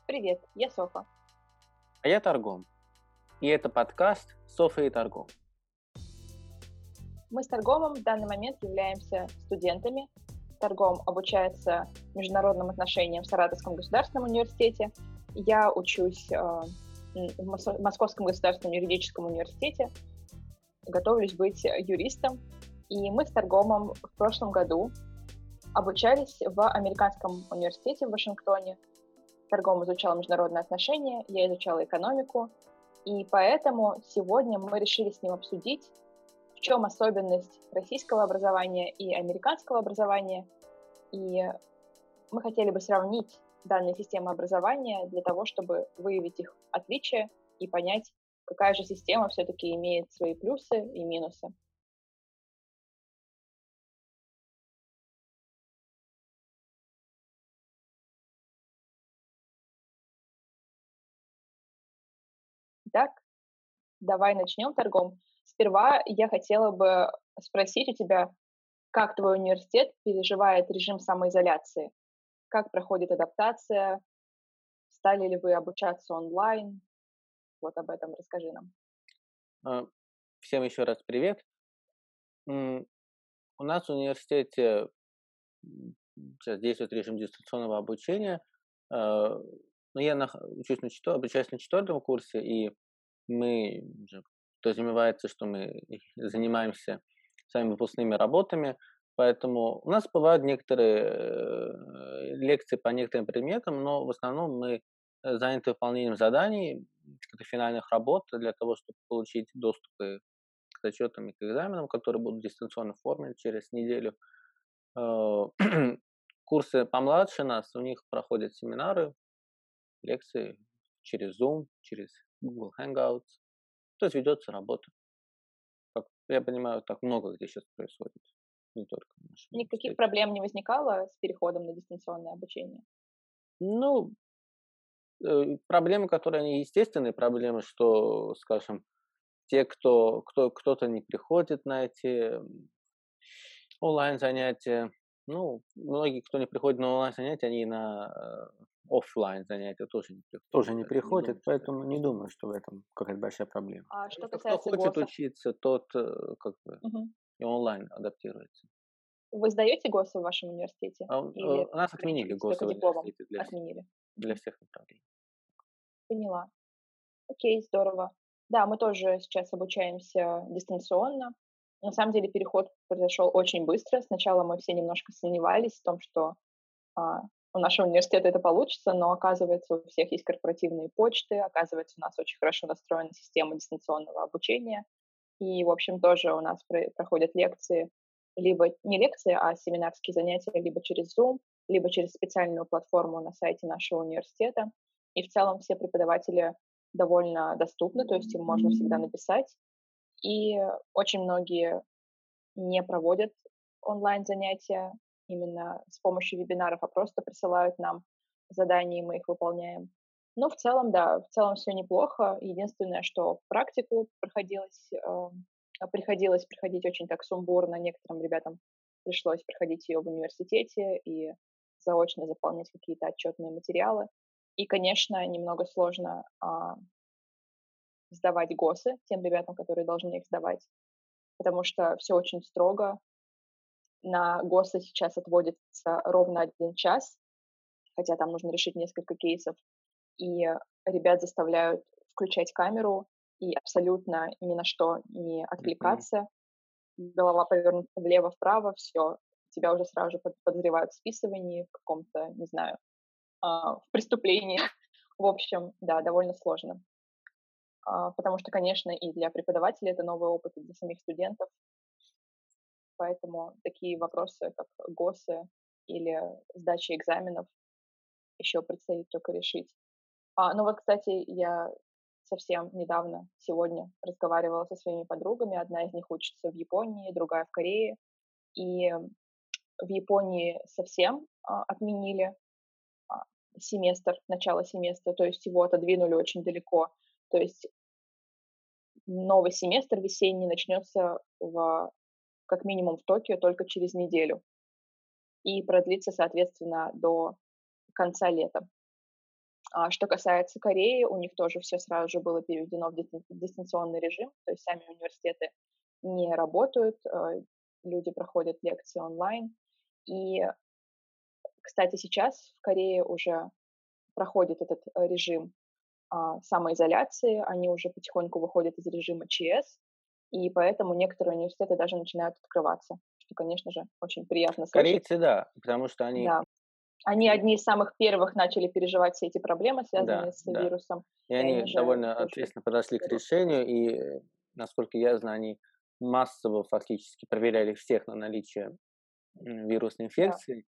Привет, я Софа. А я Торгом. И это подкаст «Софа и Торгом». Мы с Торгомом в данный момент являемся студентами. Торгом обучается международным отношениям в Саратовском государственном университете. Я учусь в Московском государственном юридическом университете. Готовлюсь быть юристом. И мы с Торгомом в прошлом году обучались в Американском университете в Вашингтоне. Торгом изучал международные отношения, я изучала экономику. И поэтому сегодня мы решили с ним обсудить, в чем особенность российского образования и американского образования. И мы хотели бы сравнить данные системы образования для того, чтобы выявить их отличия и понять, какая же система все-таки имеет свои плюсы и минусы. Итак, давай начнем, Торгом. Сперва я хотела бы спросить у тебя, как твой университет переживает режим самоизоляции? Как проходит адаптация? Стали ли вы обучаться онлайн? Вот об этом расскажи нам. Всем еще раз привет. У нас в университете сейчас действует режим дистанционного обучения. Но я обучаюсь на 4-м курсе, и мы уже подразумевается, что мы занимаемся своими выпускными работами, поэтому у нас бывают некоторые лекции по некоторым предметам, но в основном мы заняты выполнением заданий, каких-то финальных работ для того, чтобы получить доступы к зачетам и к экзаменам, которые будут в дистанционной форме через неделю. Курсы помладше нас, у них проходят семинары, лекции через Zoom, через Google Hangouts. То есть ведется работа. Как я понимаю, так много где сейчас происходит, не только в нашем Никаких университете. проблем не возникало с переходом на дистанционное обучение? Ну, проблемы, которые они естественные проблемы, что, скажем, те, кто-то не приходит на эти онлайн-занятия. Ну, многие, кто не приходит на онлайн-занятия, они на оффлайн занятия Тоже не поэтому приходит, поэтому не думаю, что в этом какая-то большая проблема. А что Кто касается хочет ГОСов? учиться, тот как бы Мгм. и онлайн адаптируется. Вы сдаете ГОСы в вашем университете? Или У нас отменили ограничиваетесь только ГОСы в дипломом? университете Отменили. для Мгм. всех направлений. Поняла. Окей, здорово. Да, мы тоже сейчас обучаемся дистанционно. На самом деле переход произошел очень быстро. Сначала мы все немножко сомневались в том, что а, у нашего университета это получится, но оказывается, у всех есть корпоративные почты, оказывается, у нас очень хорошо настроена система дистанционного обучения. И, в общем, тоже у нас проходят лекции, либо не лекции, а семинарские занятия либо через Zoom, либо через специальную платформу на сайте нашего университета. И в целом все преподаватели довольно доступны, то есть им можно всегда написать. И очень многие не проводят онлайн-занятия именно с помощью вебинаров, а просто присылают нам задания, и мы их выполняем. Но в целом, да, в целом все неплохо. Единственное, что практику приходилось проходить очень так сумбурно. Некоторым ребятам пришлось проходить ее в университете и заочно заполнять какие-то отчетные материалы. И, конечно, немного сложно сдавать ГОСы тем ребятам, которые должны их сдавать, потому что все очень строго. На ГОСы сейчас отводится ровно 1 час, хотя там нужно решить несколько кейсов. И ребят заставляют включать камеру и абсолютно ни на что не отвлекаться. Голова повернута влево-вправо, все. Тебя уже сразу же подозревают в списывании, в каком-то, не знаю, в преступлении. В общем, да, довольно сложно. Потому что, конечно, и для преподавателей это новый опыт, и для самих студентов. Поэтому такие вопросы, как ГОСы или сдача экзаменов, еще предстоит только решить. Ну вот, кстати, я совсем недавно, сегодня, разговаривала со своими подругами. Одна из них учится в Японии, другая в Корее. И в Японии совсем отменили начало семестра, то есть его отодвинули очень далеко. То есть новый семестр весенний начнется как минимум в Токио только через неделю и продлится, соответственно, до конца лета. Что касается Кореи, у них тоже все сразу же было переведено в дистанционный режим, то есть сами университеты не работают, люди проходят лекции онлайн. И, кстати, сейчас в Корее уже проходит этот режим самоизоляции, они уже потихоньку выходят из режима ЧС, и поэтому некоторые университеты даже начинают открываться, что, конечно же, очень приятно слышать. Корейцы, да, потому что они, Да, они одни из самых первых начали переживать все эти проблемы, связанные да, с да, вирусом, и и они они же довольно тоже ответственно подошли к берут. решению, и, насколько я знаю, они массово фактически проверяли всех на наличие вирусной Да. инфекции.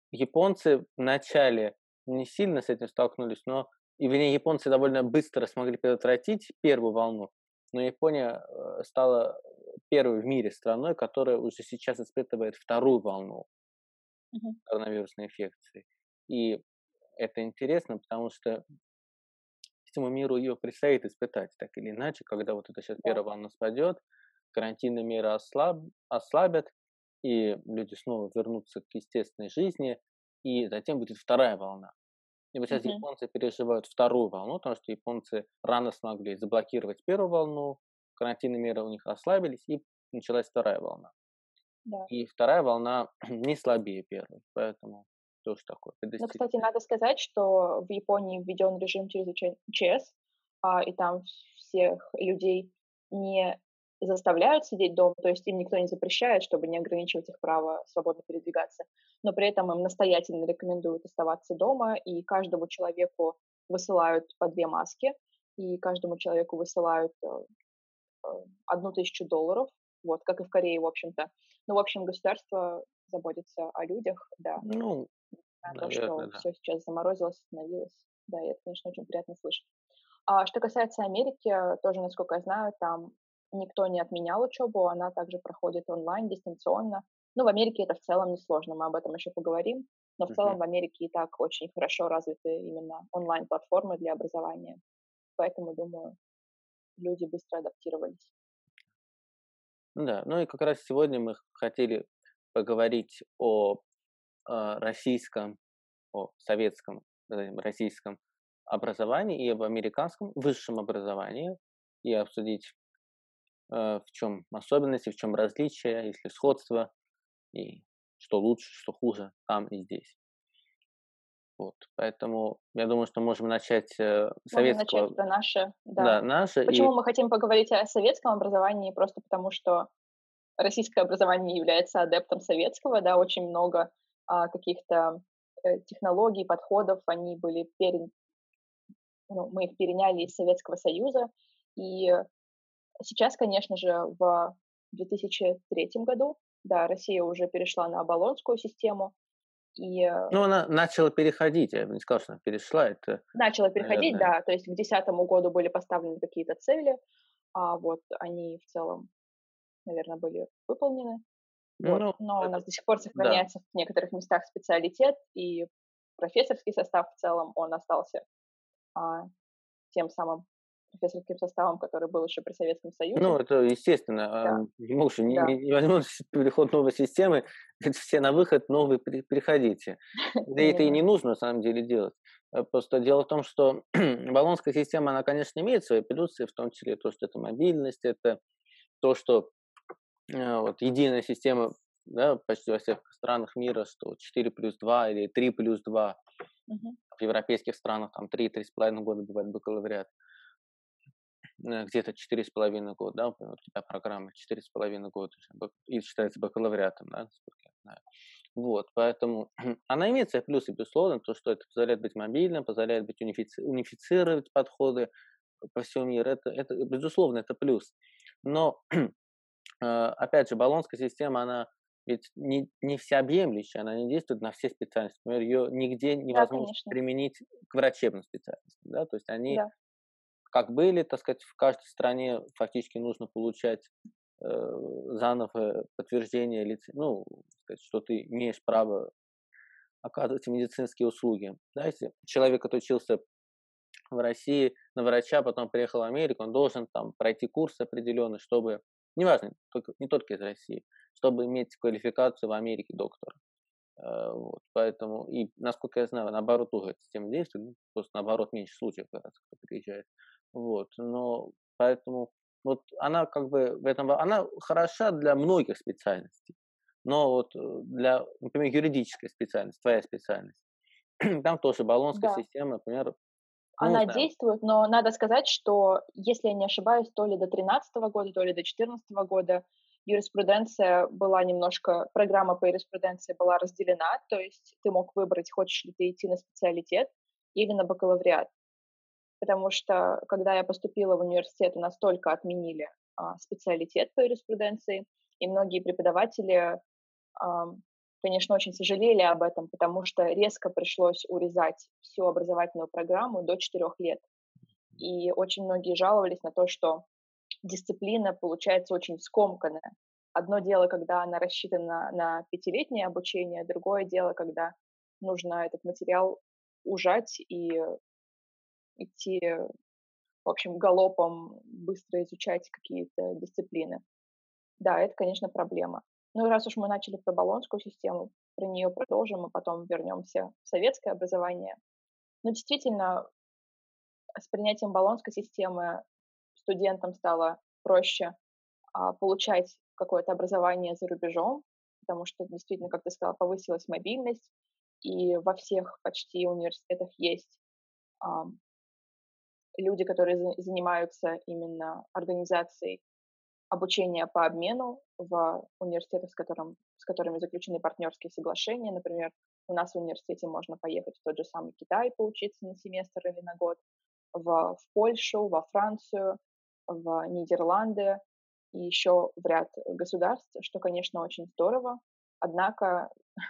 Японцы вначале не сильно с этим столкнулись, но, и вернее, японцы довольно быстро смогли предотвратить первую волну, но Япония стала первой в мире страной, которая уже сейчас испытывает вторую волну Мгм. коронавирусной инфекции. И это интересно, потому что всему миру ее предстоит испытать так или иначе, когда вот эта сейчас Да. первая волна спадет, карантинные меры ослабят, и люди снова вернутся к естественной жизни, и затем будет вторая волна. И вот сейчас Мгм. японцы переживают вторую волну, потому что японцы рано смогли заблокировать первую волну, карантинные меры у них ослабились, и началась вторая волна. Да. И вторая волна не слабее первой, поэтому тоже такое Ну, предостережение. кстати, надо сказать, что в Японии введен режим ЧС, и там всех людей не заставляют сидеть дома, то есть им никто не запрещает, чтобы не ограничивать их право свободно передвигаться, но при этом им настоятельно рекомендуют оставаться дома, и каждому человеку высылают по 2 маски, и каждому человеку высылают, э, $1000, вот, как и в Корее, в общем-то. Ну, в общем, государство заботится о людях, да. Ну, То, наверное, что да. все сейчас заморозилось, остановилось. Да, и это, конечно, очень приятно слышать. Что касается Америки, тоже, насколько я знаю, там никто не отменял учебу, она также проходит онлайн, дистанционно. Ну, в Америке это в целом несложно, мы об этом еще поговорим, но в Мгм. целом в Америке и так очень хорошо развиты именно онлайн-платформы для образования, поэтому, думаю, люди быстро адаптировались. Ну да, ну и как раз сегодня мы хотели поговорить о российском, о советском, российском образовании и об американском высшем образовании, и обсудить, в чем особенности, в чем различия, есть ли сходство, и что лучше, что хуже там и здесь. Вот, поэтому я думаю, что можем начать Можно начать советского, про наше, да, да. наше, и Почему мы хотим поговорить о советском образовании? Просто потому, что российское образование является адептом советского, да, очень много каких-то технологий, подходов, они были ну, мы их переняли из Советского Союза, и сейчас, конечно же, в 2003 году, да, Россия уже перешла на Болонскую систему и ну, она начала переходить, я бы не сказал, что она перешла, это, начала переходить, наверное, да, то есть к 2010 году были поставлены какие-то цели, вот они в целом, наверное, были выполнены. Вот. ну, Но у это, нас до сих пор да. сохраняется в некоторых местах специалитет, и профессорский состав в целом, он остался а, тем самым профессорским составом, который был еще при Советском Союзе. Ну, это естественно, Да, не могу же, да. невозможно переход новой системы, это все на выход, новые приходите. Да и это и Именно. не нужно на самом деле делать. Просто дело в том, что баллонская система, она, конечно, имеет свои плюсы, в том числе то, что это мобильность, это то, что вот единая система, да, почти во всех странах мира, что 4+2 или 3+2, Мгм. в европейских странах там 3-3,5 года бывает бакалавриат. Где-то 4,5 года, да, например, у тебя программа 4,5 года уже и считается бакалавриатом, да, насколько я знаю. Вот, поэтому она имеет свои плюсы, безусловно, то, что это позволяет быть мобильным, позволяет быть унифицировать подходы по всему миру, это безусловно, это плюс. Но, опять же, болонская система, она ведь не всеобъемлющая, она не действует на все специальности. Например, ее нигде Да, невозможно конечно. применить к врачебным специальностям, да, то есть они Да. как были, так сказать, в каждой стране фактически нужно получать заново подтверждение ну, сказать, что ты имеешь право оказывать медицинские услуги. Да, если человек отучился в России на врача, потом приехал в Америку, он должен там пройти курс определенный, чтобы, неважно, не только из России, чтобы иметь квалификацию в Америке доктора. Вот, поэтому, и насколько я знаю, наоборот, тоже эта система действует, ну, просто наоборот, меньше случаев, как раз, кто приезжает. Вот, но поэтому вот она как бы в этом, она хороша для многих специальностей, но вот для, например, юридической специальности, твоя специальность, там тоже болонская Да, система, например, ну, не она знаю, действует, но надо сказать, что, если я не ошибаюсь, то ли до 13 года, то ли до 14 года юриспруденция была немножко, программа по юриспруденции была разделена, то есть ты мог выбрать, хочешь ли ты идти на специалитет или на бакалавриат. Потому что, когда я поступила в университет, у нас только отменили специалитет по юриспруденции, и многие преподаватели, ам, конечно, очень сожалели об этом, потому что резко пришлось урезать всю образовательную программу до 4 лет. И очень многие жаловались на то, что дисциплина получается очень скомканная. Одно дело, когда она рассчитана на 5-летнее обучение, другое дело, когда нужно этот материал ужать и идти, в общем, галопом быстро изучать какие-то дисциплины. Да, это, конечно, проблема. Ну и раз уж мы начали про болонскую систему, про нее продолжим, и потом вернемся в советское образование. Но действительно, с принятием болонской системы студентам стало проще получать какое-то образование за рубежом, потому что действительно, как ты сказала, повысилась мобильность, и во всех почти университетах есть ам, люди, которые занимаются именно организацией обучения по обмену в университетах, с которыми заключены партнерские соглашения. Например, у нас в университете можно поехать в тот же самый Китай поучиться на семестр или на год, в Польшу, во Францию, в Нидерланды и еще в ряд государств, что, конечно, очень здорово. Однако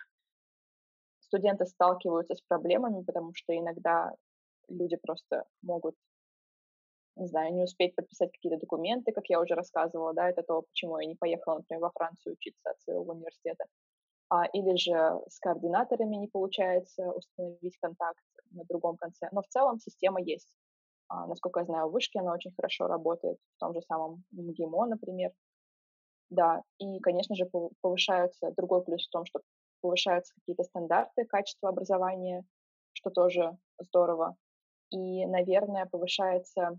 студенты сталкиваются с проблемами, потому что иногда люди просто могут, не знаю, не успеть подписать какие-то документы, как я уже рассказывала, да, это то, почему я не поехала, например, во Францию учиться от своего университета. Или же с координаторами не получается установить контакт на другом конце. Но в целом система есть. Насколько я знаю, в Вышке она очень хорошо работает, в том же самом МГИМО, например. Да, и, конечно же, повышаются, другой плюс в том, что повышаются какие-то стандарты качества образования, что тоже здорово. И, наверное, повышается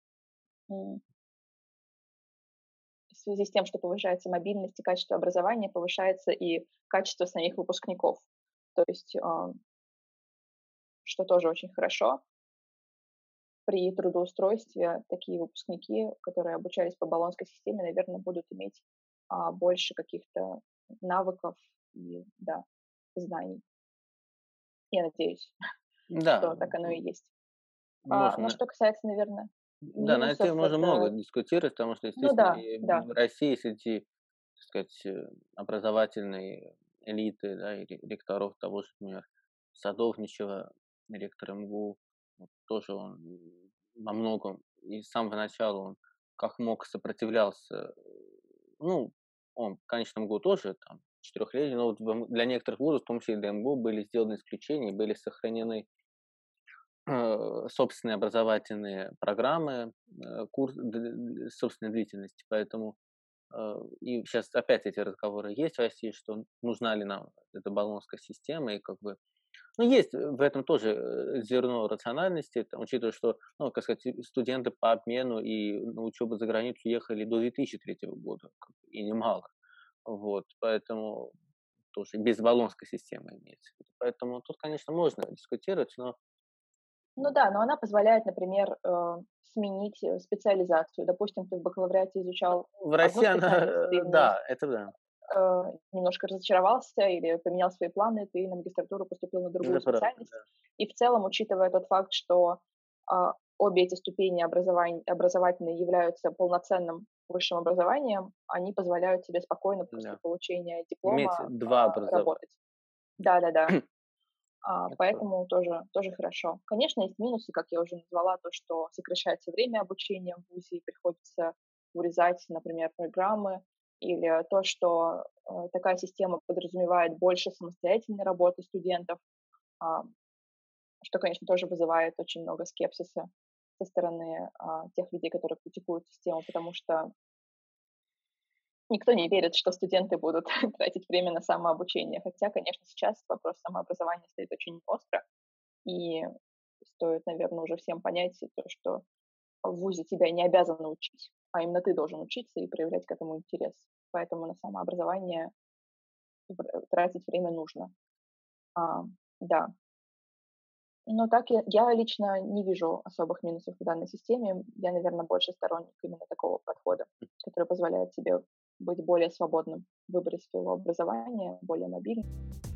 в связи с тем, что повышается мобильность и качество образования, повышается и качество самих выпускников. То есть, что тоже очень хорошо, при трудоустройстве такие выпускники, которые обучались по болонской системе, наверное, будут иметь больше каких-то навыков и, да, знаний. Я надеюсь, да, что так оно и есть. Но можно, что касается, наверное, да, на эту минусов, тему можно много это, дискутировать, потому что, ну естественно, да, и да, в России среди, так сказать, образовательной элиты, да, и ректоров того же, например, Садовничева, ректор МГУ, вот тоже он во многом и с самого начала он как мог сопротивлялся. Ну, он, конечно, МГУ тоже там четырехлетний, но вот для некоторых вузов, в том числе и для МГУ, были сделаны исключения, были сохранены собственные образовательные программы, собственной длительности. Поэтому и сейчас опять эти разговоры есть в России, что нужна ли нам эта болонская система, и как бы ну, есть в этом тоже зерно рациональности, там, учитывая, что, ну, как сказать, студенты по обмену и на учебу за границу ехали до 2003 года, как бы, и немало. Вот, поэтому тоже без болонской системы имеется в виду. Поэтому тут, конечно, можно дискутировать, но ну да, но она позволяет, например, сменить специализацию. Допустим, ты в бакалавриате изучал в одну России она, специальность, ты в ней да, это да, немножко разочаровался или поменял свои планы, ты на магистратуру поступил на другую это правда, специальность. да. И в целом, учитывая тот факт, что обе эти ступени образовательные являются полноценным высшим образованием, они позволяют тебе спокойно после Да. получения Иметь диплома два образования. работать. Да-да-да. Это правда. Поэтому тоже хорошо. Конечно, есть минусы, как я уже назвала, то, что сокращается время обучения в ВУЗе, и приходится урезать, например, программы, или то, что такая система подразумевает больше самостоятельной работы студентов, а, что, конечно, тоже вызывает очень много скепсиса со стороны тех людей, которые критикуют систему, потому что никто не верит, что студенты будут тратить время на самообучение. Хотя, конечно, сейчас вопрос самообразования стоит очень остро, и стоит, наверное, уже всем понять то, что в ВУЗе тебя не обязаны учить, а именно ты должен учиться и проявлять к этому интерес. Поэтому на самообразование тратить время нужно. А, да. Но так я лично не вижу особых минусов в данной системе. Я, наверное, больше сторонник именно такого подхода, который позволяет тебе быть более свободным в выборе своего образования, более мобильным.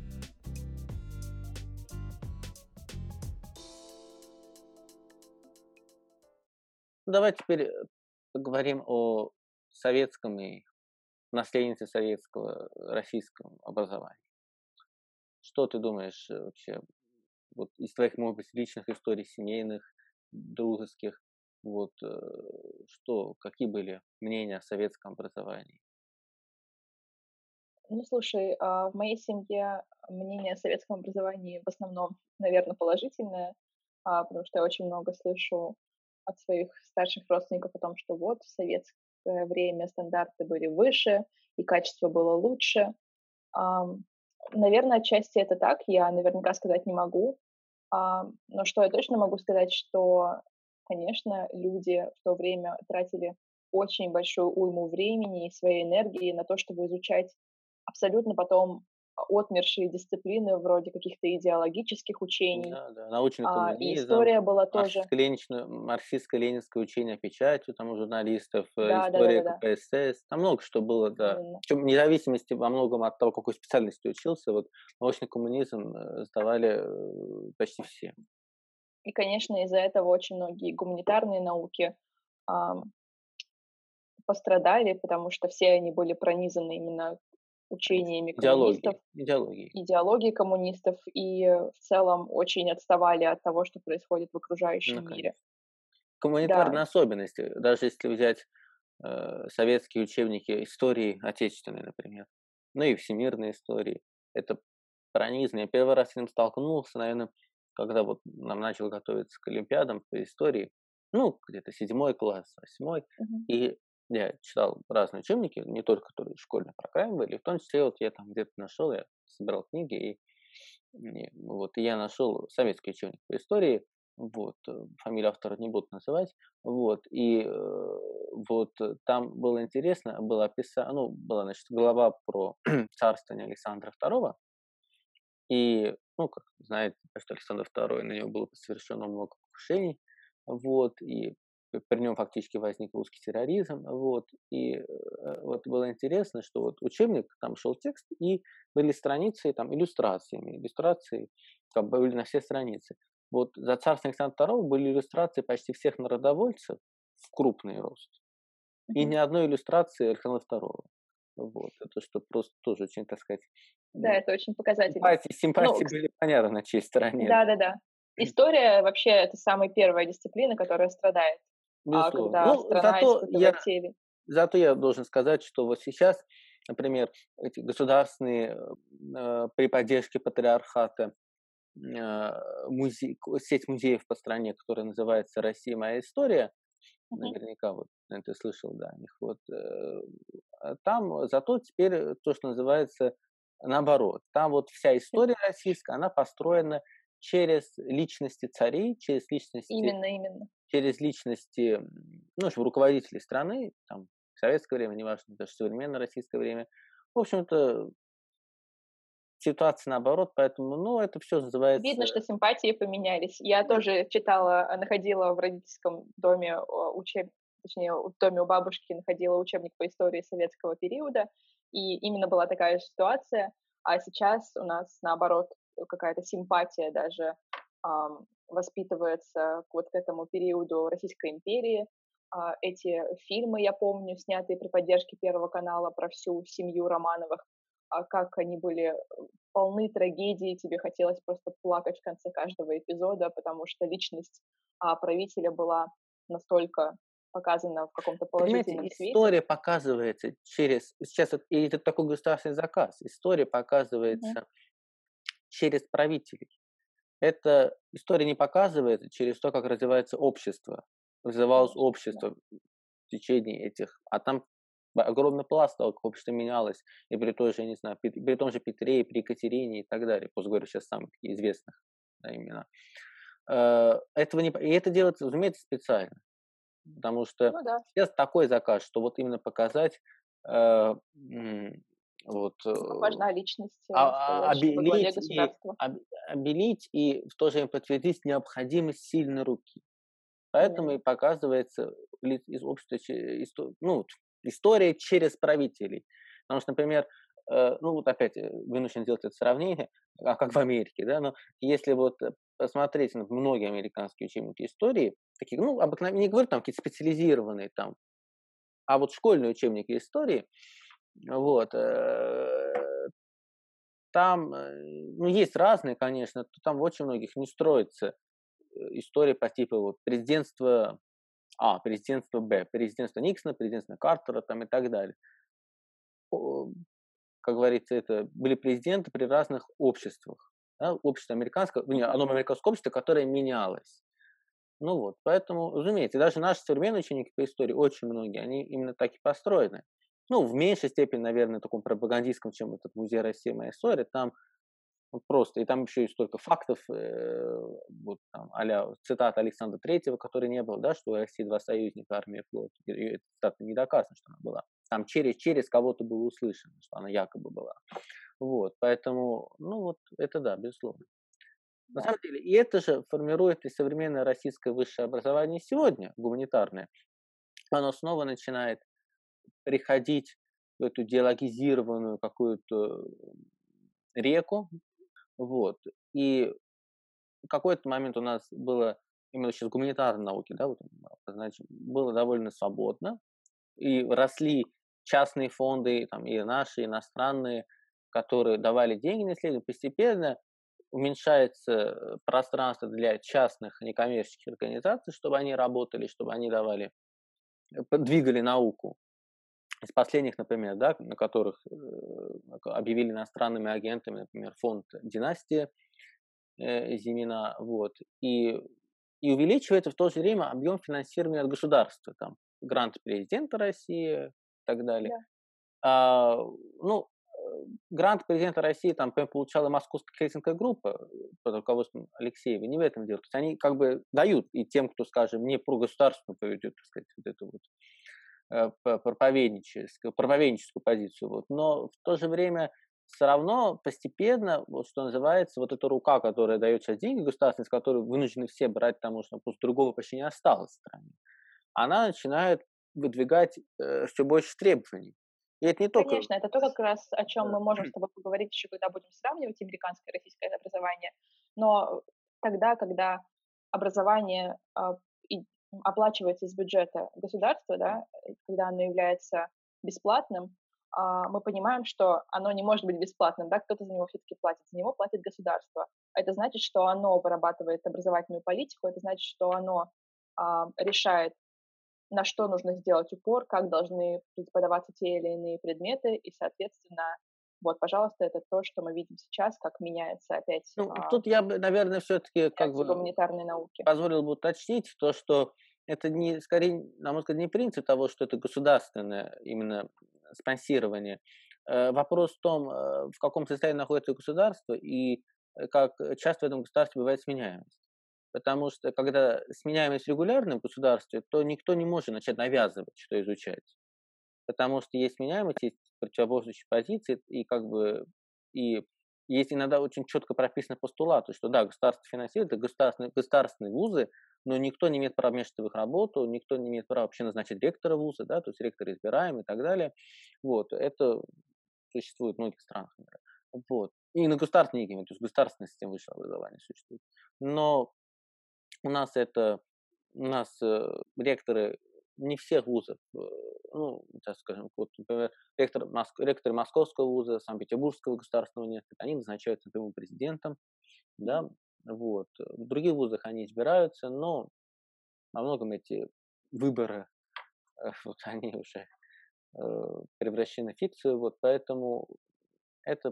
Ну, давай теперь поговорим о советском и наследнице советского российского образования. Что ты думаешь вообще вот из твоих, может быть, личных историй, семейных, дружеских, вот что, какие были мнения о советском образовании? Ну, слушай, в моей семье мнение о советском образовании в основном, наверное, положительное, потому что я очень много слышу от своих старших родственников о том, что вот в советское время стандарты были выше и качество было лучше. Ам, Наверное, отчасти это так, я наверняка сказать не могу. Но что я точно могу сказать, что, конечно, люди в то время тратили очень большую уйму времени и своей энергии на то, чтобы изучать абсолютно потом отмершие дисциплины вроде каких-то идеологических учений. Да, да, научный И коммунизм, история была тоже. марксистско-ленинское учение печатью, там у журналистов, Да, да, да, история да, да, КПСС, там много что было, да. именно. Причем вне зависимости во многом от того, какой специальности учился, вот научный коммунизм сдавали почти все. И, конечно, из-за этого очень многие гуманитарные науки ам, пострадали, потому что все они были пронизаны именно Конечно. учениями коммунистов, Идеологии. идеологией коммунистов и в целом очень отставали от того, что происходит в Ну, окружающем мире. конечно. Да, Гуманитарные особенности, даже если взять советские учебники истории отечественной, например, ну и всемирной истории, это пронизано. Я первый раз с ним столкнулся, наверное, когда вот нам начал готовиться к олимпиадам по истории, ну, где-то 7 класс, 8, мгм. и я читал разные учебники, не только которые школьные программы были, в том числе вот я там где-то нашел, я собирал книги, и я нашел советский учебник по истории, вот, фамилию автора не буду называть, вот, там было интересно, было описано, ну, была, значит, глава про царствование Александра II, и, ну, как знаете, что Александр II, на него было совершено много покушений, вот, и при нем фактически возник русский терроризм, вот, вот было интересно, что вот учебник, там шел текст, и были страницы, там, иллюстрации как бы были на все страницы. Вот за царства Александра II были иллюстрации почти всех народовольцев в крупный рост, и ни Мгм. одной иллюстрации Александра II. Вот, это что просто тоже очень, так сказать, Да, м, это очень показательно. симпатии Ну, были понятны на чьей стороне. да-да-да. История вообще это самая первая дисциплина, которая страдает, Безусловно. когда Ну, страна испытывает те или. зато я должен сказать, что вот сейчас, например, эти государственные, при поддержке патриархата, сеть музеев по стране, которая называется «Россия. Моя история», Мгм. наверняка вот ты слышал, да, о них, вот, там зато теперь то, что называется наоборот. Там вот вся история российская, она построена через личности царей, Именно, именно. через личности, ну, в общем, руководителей страны, там, в советское время, неважно, даже в современное российское время. В общем-то, ситуация наоборот, поэтому, ну, это все Видно, называется что симпатии поменялись. Я тоже читала, находила в родительском доме точнее, в доме у бабушки находила учебник по истории советского периода, и именно была такая же ситуация. А сейчас у нас, наоборот, какая-то симпатия даже воспитывается вот к этому периоду Российской империи. Эти фильмы, я помню, снятые при поддержке Первого канала про всю семью Романовых, как они были полны трагедии, тебе хотелось просто плакать в конце каждого эпизода, потому что личность правителя была настолько показана в каком-то понимаете, положительном свете. история показывается через сейчас и это такой государственный заказ. История Мгм. показывается через правителей. Эта история не показывается через то, как развивается общество. Развивалось Конечно, да. общество в течение этих, а там огромный пласт того, как общество менялось, и при той же, я не знаю, при том же Петре, и при Екатерине и так далее. Просто говорю сейчас самых таких известных, да, имена. Этого не, и это делается, разумеется, специально. Потому что Ну да, сейчас такой заказ, что вот именно показать, э, вот, как важна личность, стоящая во главе обелить и государства. обелить и в то же время подтвердить необходимость сильной руки. Поэтому и Именно. показывается из общества, ну, история через правителей. Потому что, например, ну вот опять вынужден сделать это сравнение, как в Америке, да, но если вот посмотреть на многие американские учебники истории, такие, ну, обыкновенные, не говорю там какие-то специализированные там, а вот школьные учебники истории, вот, там, ну, есть разные, конечно, там в очень многих не строится история по типу вот президентства А, президентство Б, президентство Никсона, президентство Картера там и так далее. О, как говорится, это были президенты при разных обществах. Да? Общество американское, не, Мгм. оно американское общество, которое менялось. Ну вот, поэтому, разумеется, даже наши современные ученики по истории, очень многие, они именно так и построены. Ну, в меньшей степени, наверное, таком пропагандистском, чем этот музей России «Моя история», там вот просто, и там еще есть столько фактов, вот там, а-ля цитата Александра Третьего, которой не было, да, что у России два союзника, армия и флот. И эта цитата не доказано, что она была. Там через кого-то было услышано, что она якобы была. Вот, поэтому, ну вот, это да, безусловно. На Да. самом деле, и это же формирует и современное российское высшее образование сегодня, гуманитарное. Оно снова начинает приходить в эту диалогизированную какую-то реку, вот. И в какой-то момент у нас было именно сейчас гуманитарной науки, да, вот, значит, было довольно свободно, и росли частные фонды, там, и наши, и иностранные, которые давали деньги на исследования. Постепенно уменьшается пространство для частных некоммерческих организаций, чтобы они работали, чтобы они давали, двигали науку. Из последних, например, да, на которых объявили иностранными агентами, например, фонд «Династия», Зимина, вот. И увеличивается в то же время объем финансирования от государства, там, грант президента России и так далее. Да. Ну, грант президента России там получала Московская кредитная группа под руководством Алексеева, не в этом дело. То есть они как бы дают и тем, кто, скажем, не про государственную поведет, так сказать, вот эту вот проповедническую позицию. Вот. Но в то же время все равно постепенно, вот что называется, вот эта рука, которая дает сейчас деньги государственные, с которой вынуждены все брать, потому что просто другого почти не осталось в стране, она начинает выдвигать все больше требований. И это не только... Конечно, это то, как раз о чем мы можем с тобой поговорить еще, когда будем сравнивать американское и российское образование. Но тогда, когда образование оплачивается из бюджета государства, да, когда оно является бесплатным, мы понимаем, что оно не может быть бесплатным, да, кто-то за него все-таки платит, за него платит государство. Это значит, что оно вырабатывает образовательную политику, это значит, что оно решает, на что нужно сделать упор, как должны преподаваться те или иные предметы, и, соответственно, вот, пожалуйста, это то, что мы видим сейчас, как меняется опять, Ну, тут я бы, наверное, все-таки как меняются бы гуманитарные науки. позволил бы уточнить то, что это не, скорее, на мой взгляд, не принцип того, что это государственное именно спонсирование. Вопрос в том, в каком состоянии находится государство и как часто в этом государстве бывает сменяемость. Потому что когда сменяемость регулярная в государстве, то никто не может начать навязывать, что изучать. Потому что есть сменяемость, есть противоборствующие позиции, и как бы и есть иногда очень четко прописаны постулаты, что да, государство финансирует, это государственные вузы, но никто не имеет права вмешиваться в их работу, никто не имеет права вообще назначить ректора вуза, да, то есть ректора избираем и так далее. Вот, это существует в многих странах мира. Вот. И на государственном уровне, то есть государственная система высшего образования существует. Но у нас это, у нас ректоры не всех вузов, ну, сейчас скажем, вот, например, ректоры Московского вуза, Санкт-Петербургского государственного университета, они назначаются например, президентом, да, вот. В других вузах они избираются, но во многом эти выборы, вот они уже превращены в фикцию, вот поэтому это,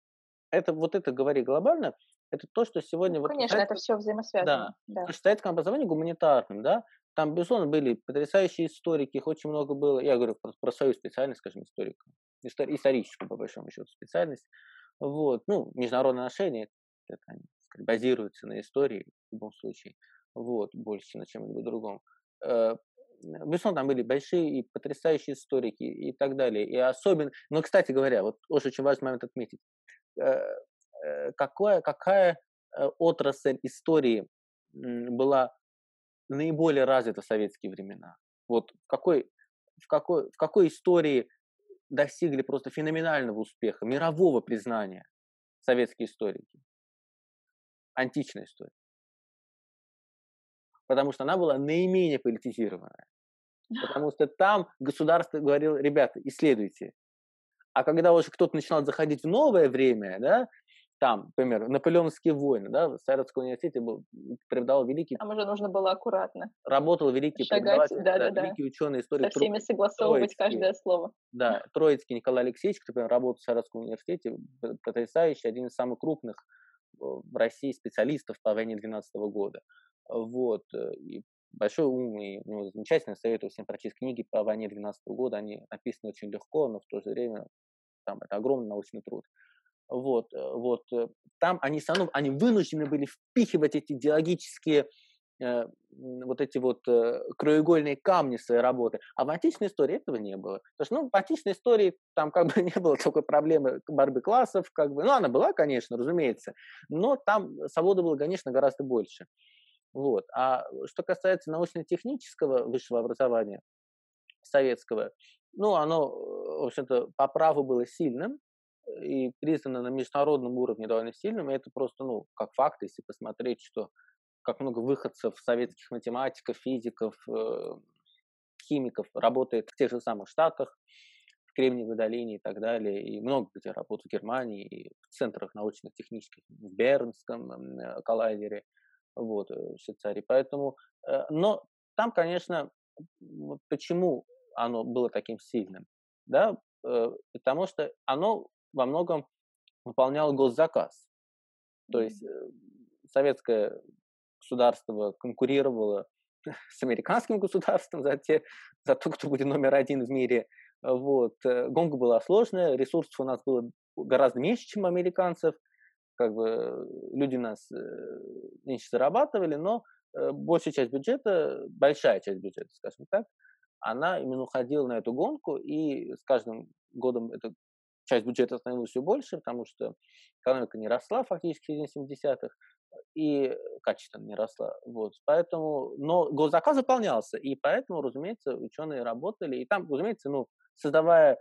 вот это говори глобально, это то, что Ну, сегодня вот конечно, это все взаимосвязано, да, да. то есть в советском образовании гуманитарном, да, там, безусловно, были потрясающие историки, их очень много было. Я говорю про свою специальность, скажем, историка. Историческую, по большому счету, специальность. Вот. Ну, международные отношения, это они, так сказать, базируются на истории в любом случае. Вот, больше, чем на чем-либо другом. Э, Безусловно, там были большие и потрясающие историки и так далее. И особенно, но, кстати говоря, вот тоже очень важный момент отметить. Э, какая отрасль истории была наиболее развита в советские времена? Вот в какой истории достигли просто феноменального успеха, мирового признания советские историки? Античная история. Потому что она была наименее политизированная. Потому что там государство говорило: ребята, исследуйте. А когда уже кто-то начинал заходить в новое время, да, там, например, наполеоновские войны, да, в Советском университете преподавал великий, Там уже нужно было аккуратно работал великий шагать, преподаватель, да, да-да-да, великий ученый, со историк всеми согласовывать Троицкий, каждое слово. да, Троицкий Николай Алексеевич, который работал в Советском университете, потрясающий, один из самых крупных в России специалистов по войне 12 года. Вот. И большой ум, и у него замечательно, советую всем прочесть книги по войне 12 года, они написаны очень легко, но в то же время там это огромный научный труд. Там они все равно, они вынуждены были впихивать эти идеологические вот эти вот краеугольные камни своей работы. А в античной истории этого не было. Потому что, ну, в античной истории там как бы не было такой проблемы борьбы классов, как бы, ну, она была, конечно, разумеется, но там свободы было, конечно, гораздо больше. Вот. А что касается научно-технического высшего образования советского, ну, оно, в общем-то, по праву было сильным и признано на международном уровне довольно сильным, и это просто, ну, как факт, если посмотреть, что как много выходцев, советских математиков, физиков, химиков работает в тех же самых Штатах, в Кремниевой долине и так далее, и много где работают в Германии, и в центрах научно-технических, в Бернском коллайдере, вот, в Швейцарии. Поэтому, но там, конечно, вот почему оно было таким сильным, да, потому что оно во многом выполняло госзаказ. То есть советское государство конкурировало с американским государством за то, кто будет номер один в мире. Вот. Гонка была сложная, ресурсов у нас было гораздо меньше, чем у американцев. Как бы люди у нас меньше зарабатывали, но большая часть бюджета, большая часть бюджета, скажем так, она именно уходила на эту гонку, и с каждым годом эта часть бюджета становилась все больше, потому что экономика не росла фактически в середине 70-х, и качественно не росла. Вот. Поэтому, но госзаказ заполнялся, и поэтому, разумеется, ученые работали. И там, разумеется, ну, создавая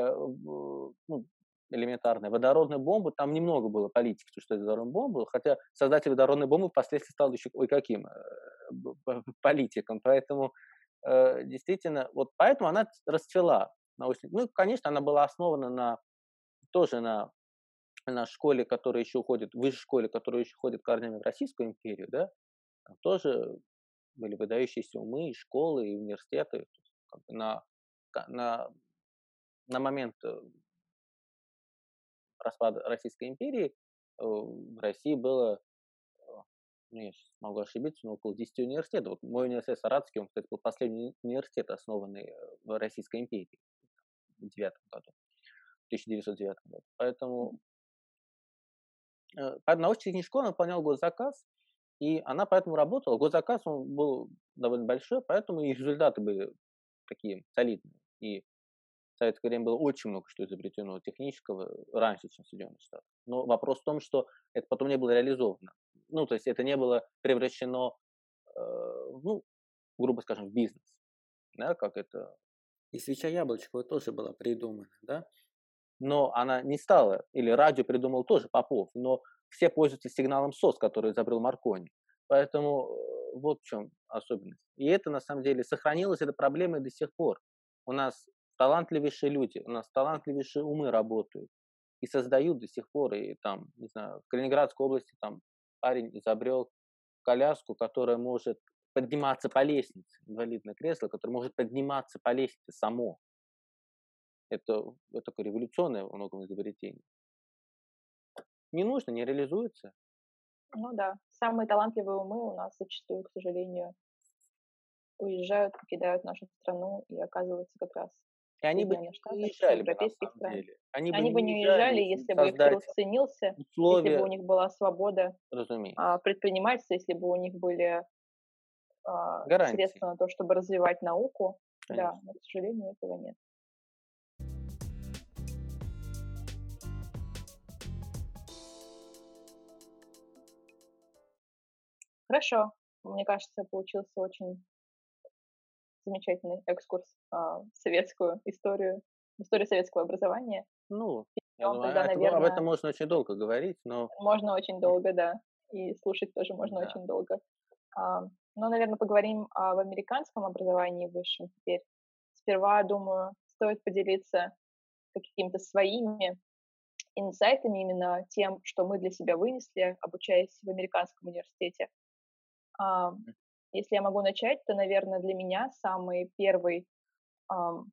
ну, элементарная водородную бомбу, там немного было политики, что это водородная бомба, хотя создатель водородной бомбы впоследствии стал еще ой каким политиком. Поэтому действительно, вот поэтому она расцвела. Ну, конечно, она была основана тоже на школе, которая еще уходит, высшей школе, которая еще ходит корнями в Российскую империю, да, там тоже были выдающиеся умы, и школы, и университеты. То есть, как бы ка- на, на момент распада Российской империи в России было, ну, я сейчас могу ошибиться, но около 10 университетов. Вот мой университет Саратовский, он, кстати, был последний университет, основанный в Российской империи в 9 году, в 1909 году. Поэтому научная школа выполняла госзаказ, и она поэтому работала. Госзаказ, он был довольно большой, поэтому и результаты были такие солидные. И в советское время было очень много что изобретено технического раньше, чем в Соединенных Штатах. Но вопрос в том, что это потом не было реализовано. Ну, то есть это не было превращено, ну, грубо скажем, в бизнес. Да, как это. И свеча Яблочкова тоже была придумана, да? Но она не стала, или радио придумал тоже Попов, но все пользуются сигналом СОС, который изобрел Маркони. Поэтому вот в чем особенность. И это, на самом деле, сохранилась эта проблема и до сих пор. У нас талантливейшие люди, у нас талантливейшие умы работают и создают до сих пор. И там, не знаю, в Калининградской области там парень изобрел коляску, которая может подниматься по лестнице, инвалидное кресло, которое может подниматься по лестнице само. Это такое революционное во многом изобретение. Не нужно, не реализуется. Ну да, самые талантливые умы у нас зачастую, к сожалению, уезжают, покидают нашу страну и оказываются как раз И в они бы Соединенных не Штатах, в уезжали бы на европейских самом странах. деле. Они бы Они не бы не уезжали, уезжали, если если бы их создать труд ценился, если бы у условия, них была свобода разумеется, предпринимательства, если бы у них были гарантии, средства на то, чтобы развивать науку. Да, конечно. но, к сожалению, этого нет. Хорошо. Мне кажется, получился очень замечательный экскурс в советскую историю, в историю советского образования. Ну, я Идем думаю, тогда, об этом наверное, можно очень долго говорить, но можно очень долго, да, и слушать тоже можно да. очень долго. А, ну, наверное, поговорим об американском образовании высшем теперь. Сперва, думаю, стоит поделиться какими-то своими инсайтами, именно тем, что мы для себя вынесли, обучаясь в американском университете. А, Если я могу начать, то, наверное, для меня ам,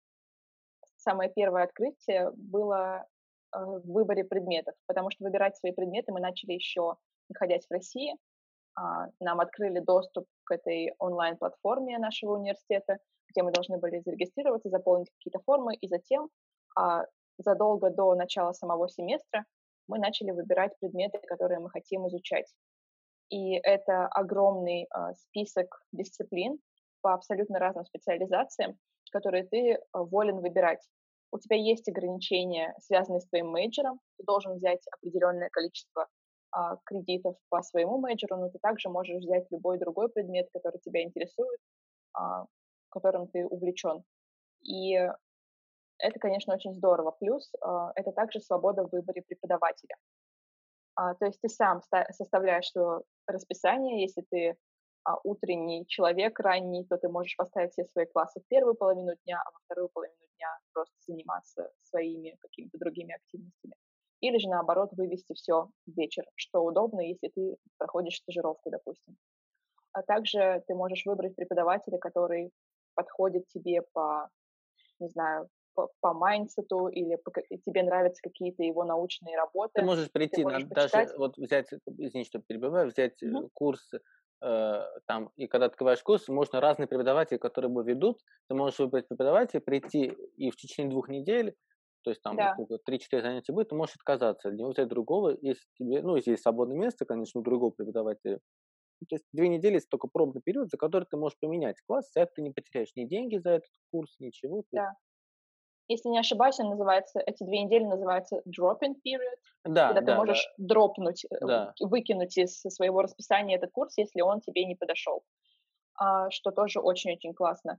самое первое открытие было в выборе предметов, потому что выбирать свои предметы мы начали еще находясь в России. Нам открыли доступ к этой онлайн-платформе нашего университета, где мы должны были зарегистрироваться, заполнить какие-то формы, и затем а, задолго до начала самого семестра мы начали выбирать предметы, которые мы хотим изучать. И это огромный список дисциплин по абсолютно разным специализациям, которые ты волен выбирать. У тебя есть ограничения, связанные с твоим мейджором. Ты должен взять определенное количество кредитов по своему мейджору, но ты также можешь взять любой другой предмет, который тебя интересует, которым ты увлечен. И это, конечно, очень здорово. Плюс это также свобода в выборе преподавателя. То есть ты сам составляешь свое расписание. Если ты утренний человек, ранний, то ты можешь поставить все свои классы в первую половину дня, а во вторую половину дня просто заниматься своими какими-то другими активностями. Или же, наоборот, вывести все в вечер, что удобно, если ты проходишь стажировку, допустим. А также ты можешь выбрать преподавателя, который подходит тебе по, не знаю, по майндсету или тебе нравятся какие-то его научные Ты работы, можешь ты прийти на можешь почитать. даже вот взять, извини, что перебиваю, взять Мгм. курс там, и когда открываешь курс, можно разные преподаватели, которые его ведут, ты можешь выбрать преподавателя, прийти и в течение 2 недель, то есть там Да, сколько, 3-4 занятия будет, ты можешь отказаться от него, взять другого, если тебе, ну, если есть свободное место, конечно, у другого преподавателя. Ну, то есть 2 недели– это только пробный период, за который ты можешь поменять класс, за это ты не потеряешь ни деньги за этот курс, ничего. То есть, да. Если не ошибаюсь, он называется, эти 2 недели называются drop-in period, да, когда ты да, да, можешь дропнуть, да. выкинуть из своего расписания этот курс, если он тебе не подошел, что тоже очень-очень классно.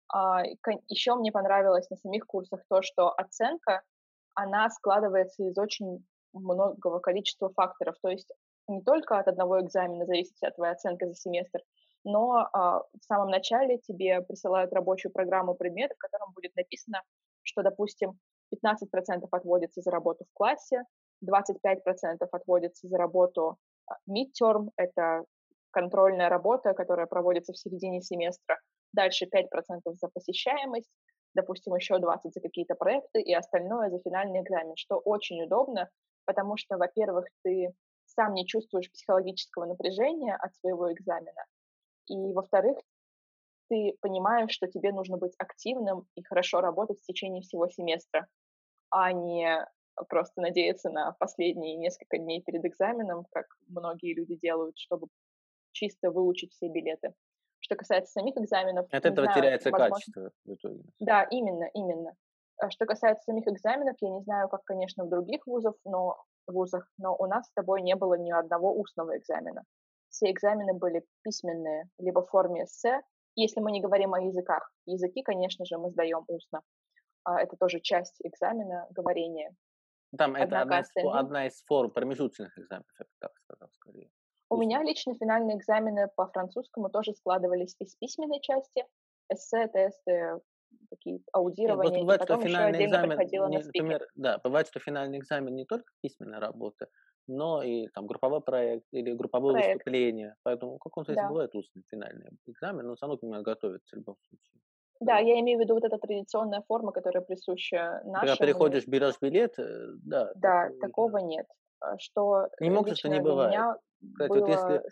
Еще мне понравилось на самих курсах то, что оценка, она складывается из очень многого количества факторов. То есть не только от одного экзамена зависит вся твоя оценка за семестр, но в самом начале тебе присылают рабочую программу предметов, в котором будет написано, что, допустим, 15% отводится за работу в классе, 25% отводится за работу midterm, это контрольная работа, которая проводится в середине семестра, дальше 5% за посещаемость, допустим, еще 20 за какие-то проекты и остальное за финальный экзамен, что очень удобно, потому что, во-первых, ты сам не чувствуешь психологического напряжения от своего экзамена, и, во-вторых, ты понимаешь, что тебе нужно быть активным и хорошо работать в течение всего семестра, а не просто надеяться на последние несколько дней перед экзаменом, как многие люди делают, чтобы чисто выучить все билеты. Что касается самих экзаменов, От не этого знаю, теряется возможно. качество в итоге. Да, именно. Что касается самих экзаменов, я не знаю, как, конечно, в других вузах, но у нас с тобой не было ни одного устного экзамена. Все экзамены были письменные, либо в форме эссе, если мы не говорим о языках. Языки, конечно же, мы сдаем устно. Это тоже часть экзамена, говорение. Там это Однако остальные. одна из форм промежуточных экзаменов, я бы так сказал, скорее. У Устно. меня лично финальные экзамены по французскому тоже складывались из письменной части, эссе, тесты, такие Нет, просто аудирования, и бывает, что потом еще финальный отдельно экзамен, проходила на спикинг. например, да, бывает, что финальный экзамен не только письменная работа, но и там групповой проект или групповое Проект, выступление. Поэтому в каком-то смысле да. бывает устный финальный экзамен, но все равно к нему надо готовиться в любом случае. Да, Вот. я имею в виду вот эта традиционная форма, которая присуща Когда нашим приходишь, берешь университетам. билет, да, Да, такого уже такого нет. Что не мог же, что не лично для бывает. меня Кстати, вот было если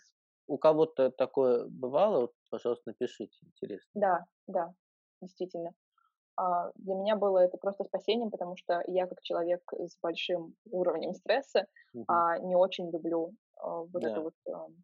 у кого-то такое бывало? Вот, пожалуйста, напишите, интересно. Да, действительно. Для меня было это просто спасением, потому что я как человек с большим уровнем стресса, Мгм. не очень люблю, вот эту Да. вот,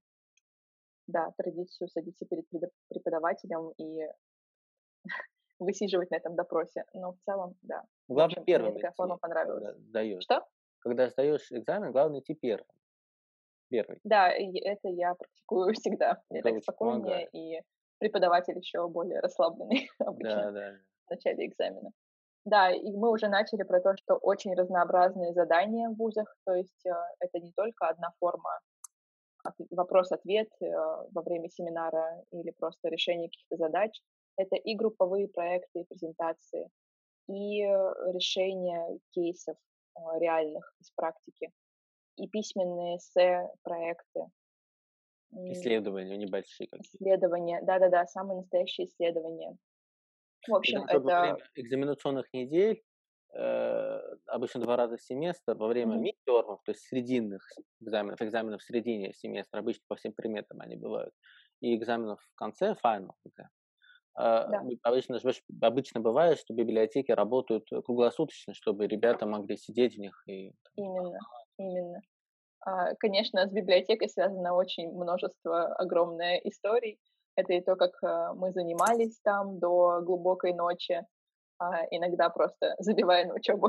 да, традицию садиться перед преподавателем и высиживать на этом допросе. Но в целом, да. В Главное общем, мне первым такая форма идти, когда понравилась. сдаешь. Что? Когда сдаешь экзамен, главное идти первым. Первый. Да, и это я практикую всегда. Мне Это так очень спокойнее, помогает. и преподаватель еще более расслабленный обычно Да, да. в начале экзамена. Да, и мы уже начали про то, что очень разнообразные задания в вузах, то есть это не только одна форма вопрос-ответ во время семинара или просто решение каких-то задач. Это и групповые проекты, и презентации, и решение кейсов реальных из практики, и письменные эссе, проекты, Исследования небольшие какие-то. исследования. Да-да-да, самые настоящие исследования. В общем, Потому что во это время экзаменационных недель, обычно 2 раза в семестр, во время мгм, мидтермов, то есть срединных экзаменов в середине семестра, обычно по всем предметам они бывают, и экзаменов в конце, final экзамен. да, Обычно бывает, что библиотеки работают круглосуточно, чтобы ребята могли сидеть в них и именно. Конечно, с библиотекой связано очень множество, огромное историй. Это и то, как мы занимались там до глубокой ночи, иногда просто забивая на учебу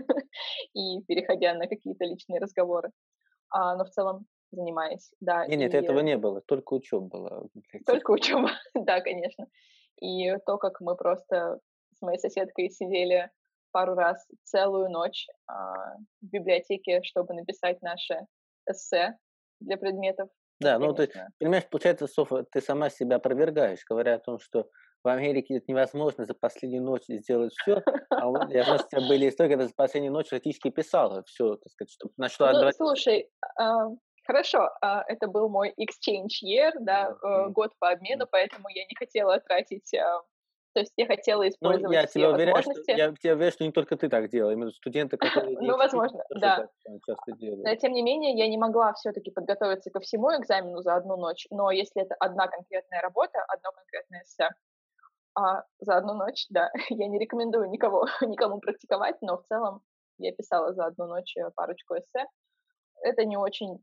и переходя на какие-то личные разговоры. Но в целом занимаясь, да, нет, и этого не было, только учеба была в библиотеке. только учеба, да, конечно. И то, как мы просто с моей соседкой сидели пару раз целую ночь в библиотеке, чтобы написать наше эссе для предметов, это, Да, ну ты конечно, понимаешь, получается, Софа, ты сама себя опровергаешь, говоря о том, что в Америке это невозможно за последнюю ночь сделать все. А вот я знаю, что у тебя были истории, когда за последнюю ночь практически писала все, так сказать, что, на что ну, отводился. слушай, хорошо, это был мой exchange year, да, Мгм. год по обмену, поэтому я не хотела тратить, то есть я хотела Ну, использовать все возможности. я тебя уверяю, что не только ты так делала. Именно студенты, которые не Ну, exchange, возможно, тоже да. так часто делают. Но тем не менее, я не могла все-таки подготовиться ко всему экзамену за одну ночь, но если это одна конкретная работа, одно конкретное эссе, за одну ночь, да, я не рекомендую никому практиковать, но в целом я писала за одну ночь парочку эссе. Это не очень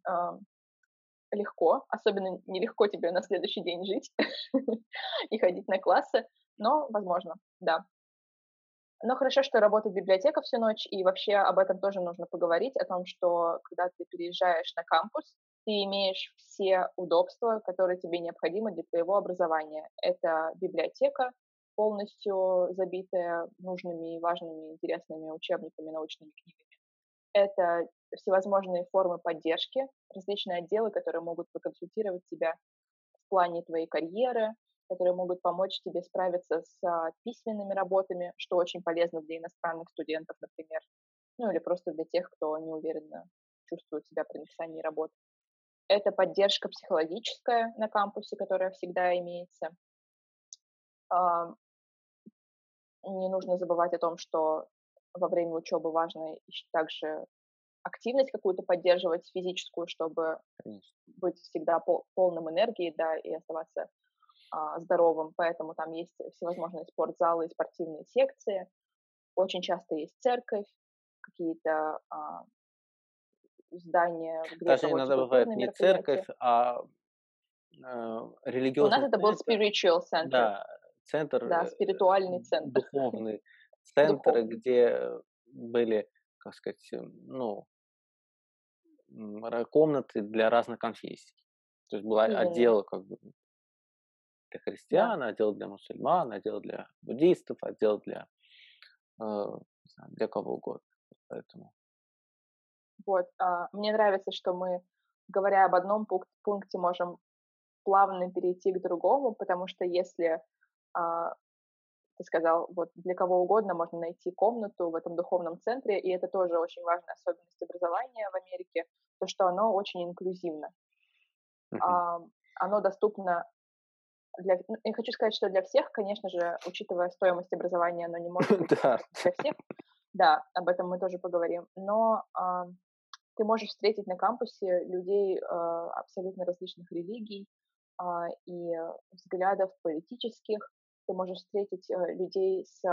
легко, особенно нелегко тебе на следующий день жить и ходить на классы, но возможно, да. Но хорошо, что работает библиотека всю ночь, и вообще об этом тоже нужно поговорить, о том, что когда ты переезжаешь на кампус, ты имеешь все удобства, которые тебе необходимы для твоего образования. Это библиотека, полностью забитая нужными, важными, интересными учебниками, научными книгами. Это всевозможные формы поддержки, различные отделы, которые могут проконсультировать тебя в плане твоей карьеры, которые могут помочь тебе справиться с письменными работами, что очень полезно для иностранных студентов, например, ну или просто для тех, кто неуверенно чувствует себя при написании работ. Это поддержка психологическая на кампусе, которая всегда имеется. А, Не нужно забывать о том, что во время учебы важно также активность какую-то поддерживать физическую, чтобы Конечно. быть всегда полным энергии, да, и оставаться здоровым, поэтому там есть всевозможные спортзалы и спортивные секции. Очень часто есть церковь, какие-то здания, где Даже проводятся иногда бывает культурные не церковь, мероприятия. а У нас религиозный это был центр. spiritual center, Да, центр, да, спиритуальный центр, духовный центр, духовный. где были, как сказать, ну, комнаты для разных конфессий. То есть был Именно, отдел как бы для да. христиан, отдел для мусульман, отдел для буддистов, отдел для, не знаю, для кого угодно. Поэтому Вот. Мне нравится, что мы, говоря об одном пункте, можем плавно перейти к другому, потому что если а, ты сказал, вот для кого угодно можно найти комнату в этом духовном центре, и это тоже очень важная особенность образования в Америке, то, что оно очень инклюзивно. мгм. А, Оно доступно я хочу сказать, что для всех, конечно же, учитывая стоимость образования, оно не может быть Да, доступно для всех. Да, об этом мы тоже поговорим. Но Ты можешь встретить на кампусе людей абсолютно различных религий и взглядов политических. Ты можешь встретить людей с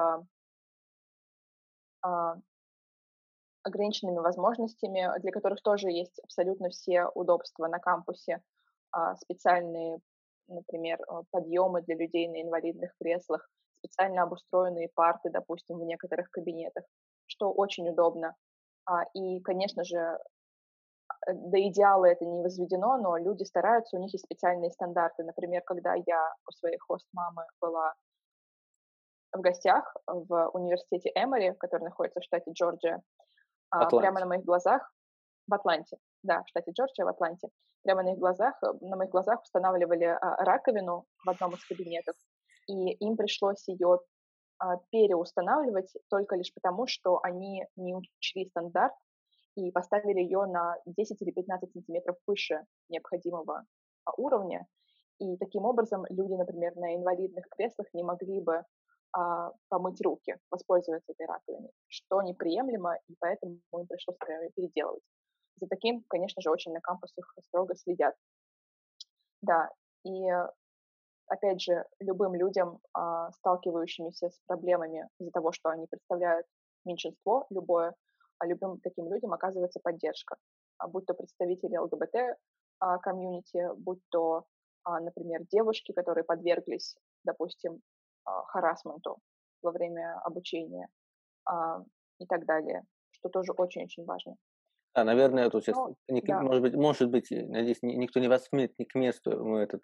а, ограниченными возможностями, для которых тоже есть абсолютно все удобства на кампусе, специальные, например, подъемы для людей на инвалидных креслах, специально обустроенные парты, допустим, в некоторых кабинетах, что очень удобно. И, конечно же, до идеала это не возведено, но люди стараются, у них есть специальные стандарты. Например, когда я у своей хост-мамы была в гостях в университете Эмори, который находится в штате Джорджия, В прямо на Атланте. моих глазах в Атланте, да, в штате Джорджия, в Атланте, прямо на моих глазах устанавливали раковину в одном из кабинетов, и им пришлось ее переустанавливать только лишь потому, что они не учли стандарт и поставили ее на 10 или 15 сантиметров выше необходимого уровня. И таким образом люди, например, на инвалидных креслах не могли бы помыть руки, воспользоваться этой раковиной, что неприемлемо, и поэтому им пришлось переделывать. За таким, конечно же, очень на кампусах строго следят. Да, и опять же, любым людям, сталкивающимися с проблемами из-за того, что они представляют меньшинство любое, любым таким людям оказывается поддержка. Будь то представители ЛГБТ комьюнити, будь то, например, девушки, которые подверглись, допустим, харассменту во время обучения и так далее, что тоже очень-очень важно. Да, наверное, тут сейчас, Ну, да, может быть, надеюсь, никто не воспримет не к месту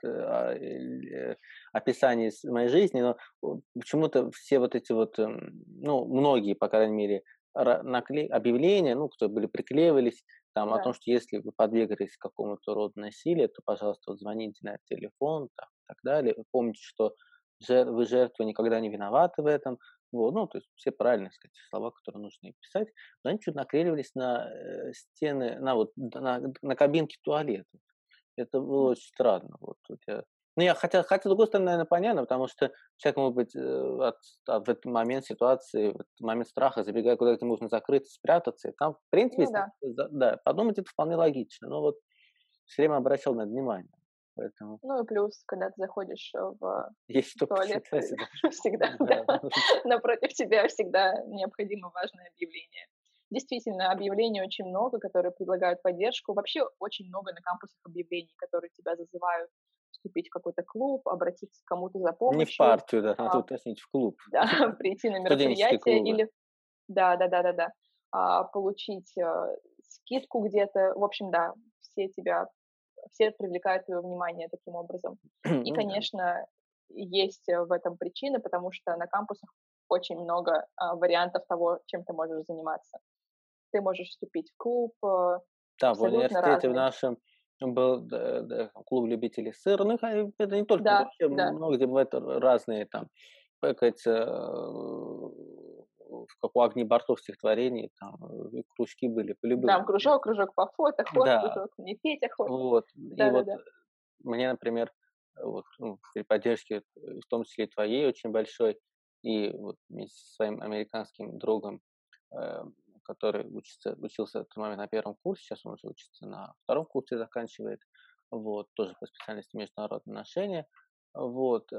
описание моей жизни, но почему-то все вот эти вот, ну, многие, по крайней мере, объявления, ну, кто были приклеивались, там, о том, да, что если вы подверглись какому-то роду насилия, то, пожалуйста, вот звоните на этот телефон, там, и так далее. Вы помните, что вы жертва никогда не виноваты в этом. Вот, ну, то есть все правильные, сказать, слова, которые нужно писать. Но они чуть наклеивались на стены, на кабинки туалетов. Это было да. очень странно. Вот, ну, хотя, с другой стороны, наверное, понятно, потому что человек, может быть, в этот момент ситуации, в этот момент страха, забегая куда-то, можно закрыться, спрятаться. И там, в принципе, Ну если, да. да, подумать, это вполне логично. Но вот все время обращал на это внимание. Поэтому Ну и плюс, когда ты заходишь в есть что туалет, почитать, да. всегда, да, Да. напротив тебя всегда необходимо важное объявление. Действительно, объявлений очень много, которые предлагают поддержку. Вообще очень много на кампусах объявлений, которые тебя зазывают вступить в какой-то клуб, обратиться к кому-то за Не в помощью, партию, да, надо а, уточнить, в клуб. да, прийти на Студенческие мероприятие клубы. или да, получить скидку где-то. В общем, да, все привлекают твое внимание таким образом. И, Ну да. конечно, есть в этом причины, потому что на кампусах очень много вариантов того, чем ты можешь заниматься. Ты можешь вступить в клуб Да, в абсолютно университете в разный. нашем был клуб любителей сырных, это не только, Да, вообще да, много где бывают разные там, как говорится, как у Агнии Барто в стихотворении, там и кружки были по любым. драм-кружок, кружок по фото, ход, Да, кружок, не Петя, ход. вот. И вот Да-да-да. мне, например, вот, ну, при поддержке, в том числе и твоей, очень большой, и вот вместе со своим американским другом, э, который учился в тот момент на первом курсе, сейчас он уже учится на втором курсе, заканчивает, вот, тоже по специальности международные отношения. Вот,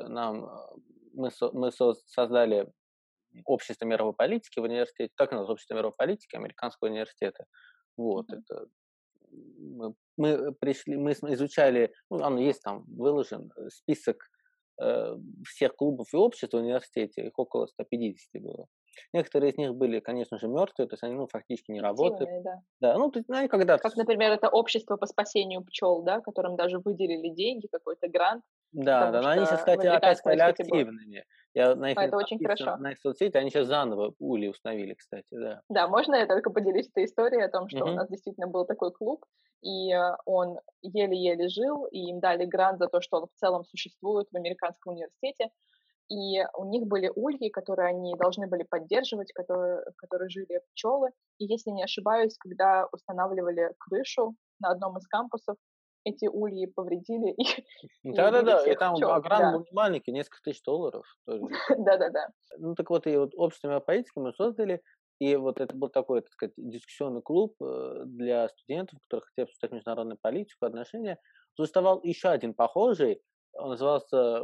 мы создали общество мировой политики в университете, так и называется общество мировой политики американского университета. Вот, Мгм. это мы пришли, изучали, ну, оно есть там выложен, список э, всех клубов и обществ в университете, их около 150 было. Некоторые из них были, конечно же, мертвые, то есть они, ну, фактически не работают. Активные, да. Да, ну, то есть, ну, они когда-то, Как, например, это общество по спасению пчел, да, которым даже выделили деньги, какой-то грант, да, потому да, но они сейчас, что в кстати, опять американском стали университете было. активными. Я на их Это очень подписан хорошо. на их соцсети, они сейчас заново ульи установили, кстати, да. Да, можно я только поделюсь этой историей о том, что у Мгм. нас действительно был такой клуб, и он еле-еле жил, и им дали грант за то, что он в целом существует в американском университете. И у них были ульи, которые они должны были поддерживать, в которых жили пчелы. И если не ошибаюсь, когда устанавливали крышу на одном из кампусов, эти ульи повредили и убили Да-да-да, и всех там пчел. грант Да, был не маленький, несколько тысяч долларов тоже. да-да-да. Ну, так вот, и вот обществом политикой мы создали, И вот это был такой, так сказать, дискуссионный клуб для студентов, которые хотели обсуждать международную политику, отношения. Существовал еще один похожий, он назывался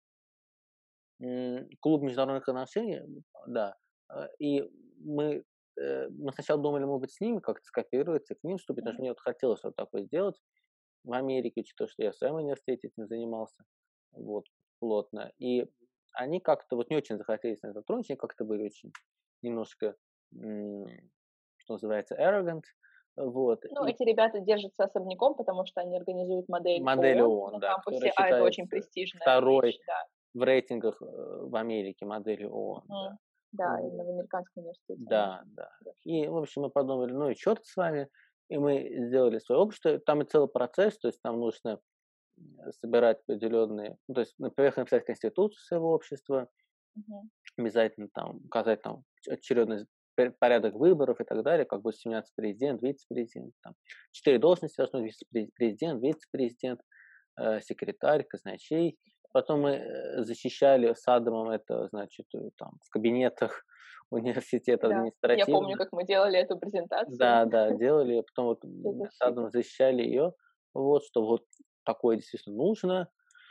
клуб международных отношений, да. И мы сначала думали, может быть, с ними как-то скооперироваться, к ним вступить, потому что мне вот хотелось вот такое сделать в Америке, учитывая, что я в своем университете этим занимался, вот, плотно. И они как-то вот не очень захотели с нами сотрудничать, они как-то были очень немножко, м, что называется, arrogant, вот. Ну, И эти ребята держатся особняком, потому что они организуют модель модель ООН ООН, на да, кампусе, которая а это очень считается престижная второй вещь, да. в рейтингах в Америке модели ООН, да. Мгм. Да, именно Вот. в американском университете они Да, да. хорошие. И, в общем, мы подумали, ну и черт с вами. И мы сделали свое общество. Там и целый процесс, то есть там нужно собирать определенные, ну, то есть на поверхность написать конституцию своего общества, Мгм. обязательно там указать там очередность, порядок выборов и так далее, как будет сменяться президент, вице-президент. Там 4 должности должны быть: президент, вице-президент, секретарь, казначей. Потом мы защищали с Адамом это, значит, там в кабинетах университета Да, я помню, административно. как мы делали эту презентацию. Да, да, делали, потом вот Всё с Адамом защищали ее, вот, что вот такое действительно нужно.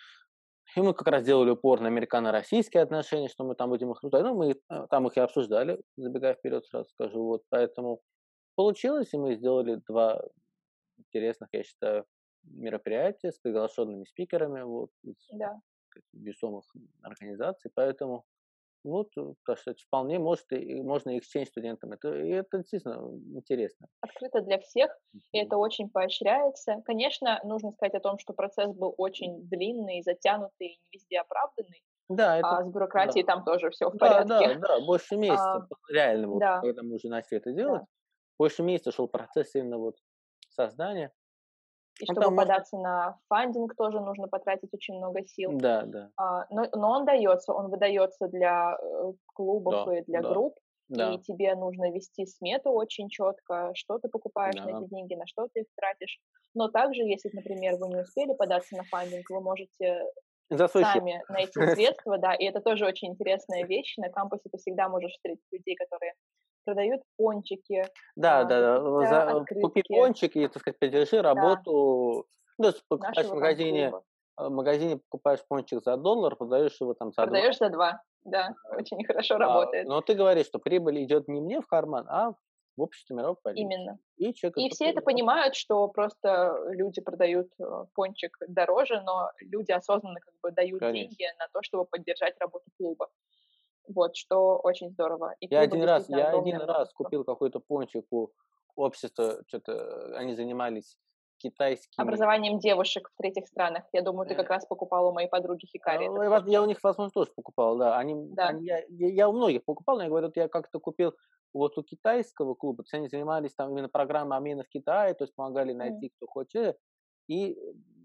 И мы как раз делали упор на американо-российские отношения, что мы там будем их обсуждать. Ну, мы там их и обсуждали, забегая вперед, сразу скажу. Вот, поэтому получилось, и мы сделали 2 интересных, я считаю, мероприятия с приглашенными спикерами вот, из Да. весомых организаций. Поэтому вот, так сказать, вполне можно и exchange студентам. Это действительно интересно. Открыто для всех, и Мгм. это очень поощряется. Конечно, нужно сказать о том, что процесс был очень длинный, затянутый и не везде оправданный, Да, это а с бюрократией да. там тоже все в Да, порядке. да, да, больше месяца. А, Реально, вот да, когда мы уже начали это делать, да. больше месяца шел процесс именно вот создания. И Ну, чтобы там можно. податься на фандинг, тоже нужно потратить очень много сил. Да, да, Но он дается, он выдается для, клубов да, и для да, групп, и да, тебе нужно вести смету очень четко, что ты покупаешь на да. эти деньги, на что ты их тратишь. Но также, если, например, вы не успели податься на фандинг, вы можете За свой счет. сами найти средства, да, и это тоже очень интересная вещь. На кампусе ты всегда можешь встретить людей, которые продают пончики, Да, да, да. какие-то Купи открытки, пончик и, так сказать, поддержи да, работу. Ну, если покупаешь в нашего там магазине, клуба. покупаешь пончик за $1, продаешь его там за 2. Продаешь за 2, да, очень хорошо работает. Но ты говоришь, что прибыль идет не мне в карман, а в общество мировой политики. Именно. И человек И говорит: все "Окей, это понимают, что просто люди продают, пончик дороже, но люди осознанно как бы дают деньги конечно". на то, чтобы поддержать работу клуба. Вот, что очень здорово. И клубов действительно Я огромное один раз множество. купил какой-то пончик у общества, что то они занимались китайскими. Образованием девушек в третьих странах. Я думаю, ты э, как раз покупал у моей подруги Хикари этот я у пончик. них, возможно, тоже покупал, да. Да. Я у многих покупал, но я говорю, вот я как-то купил вот у китайского клуба, то есть они занимались там именно программой обмена в Китае, то есть помогали М. найти, кто хочет. И,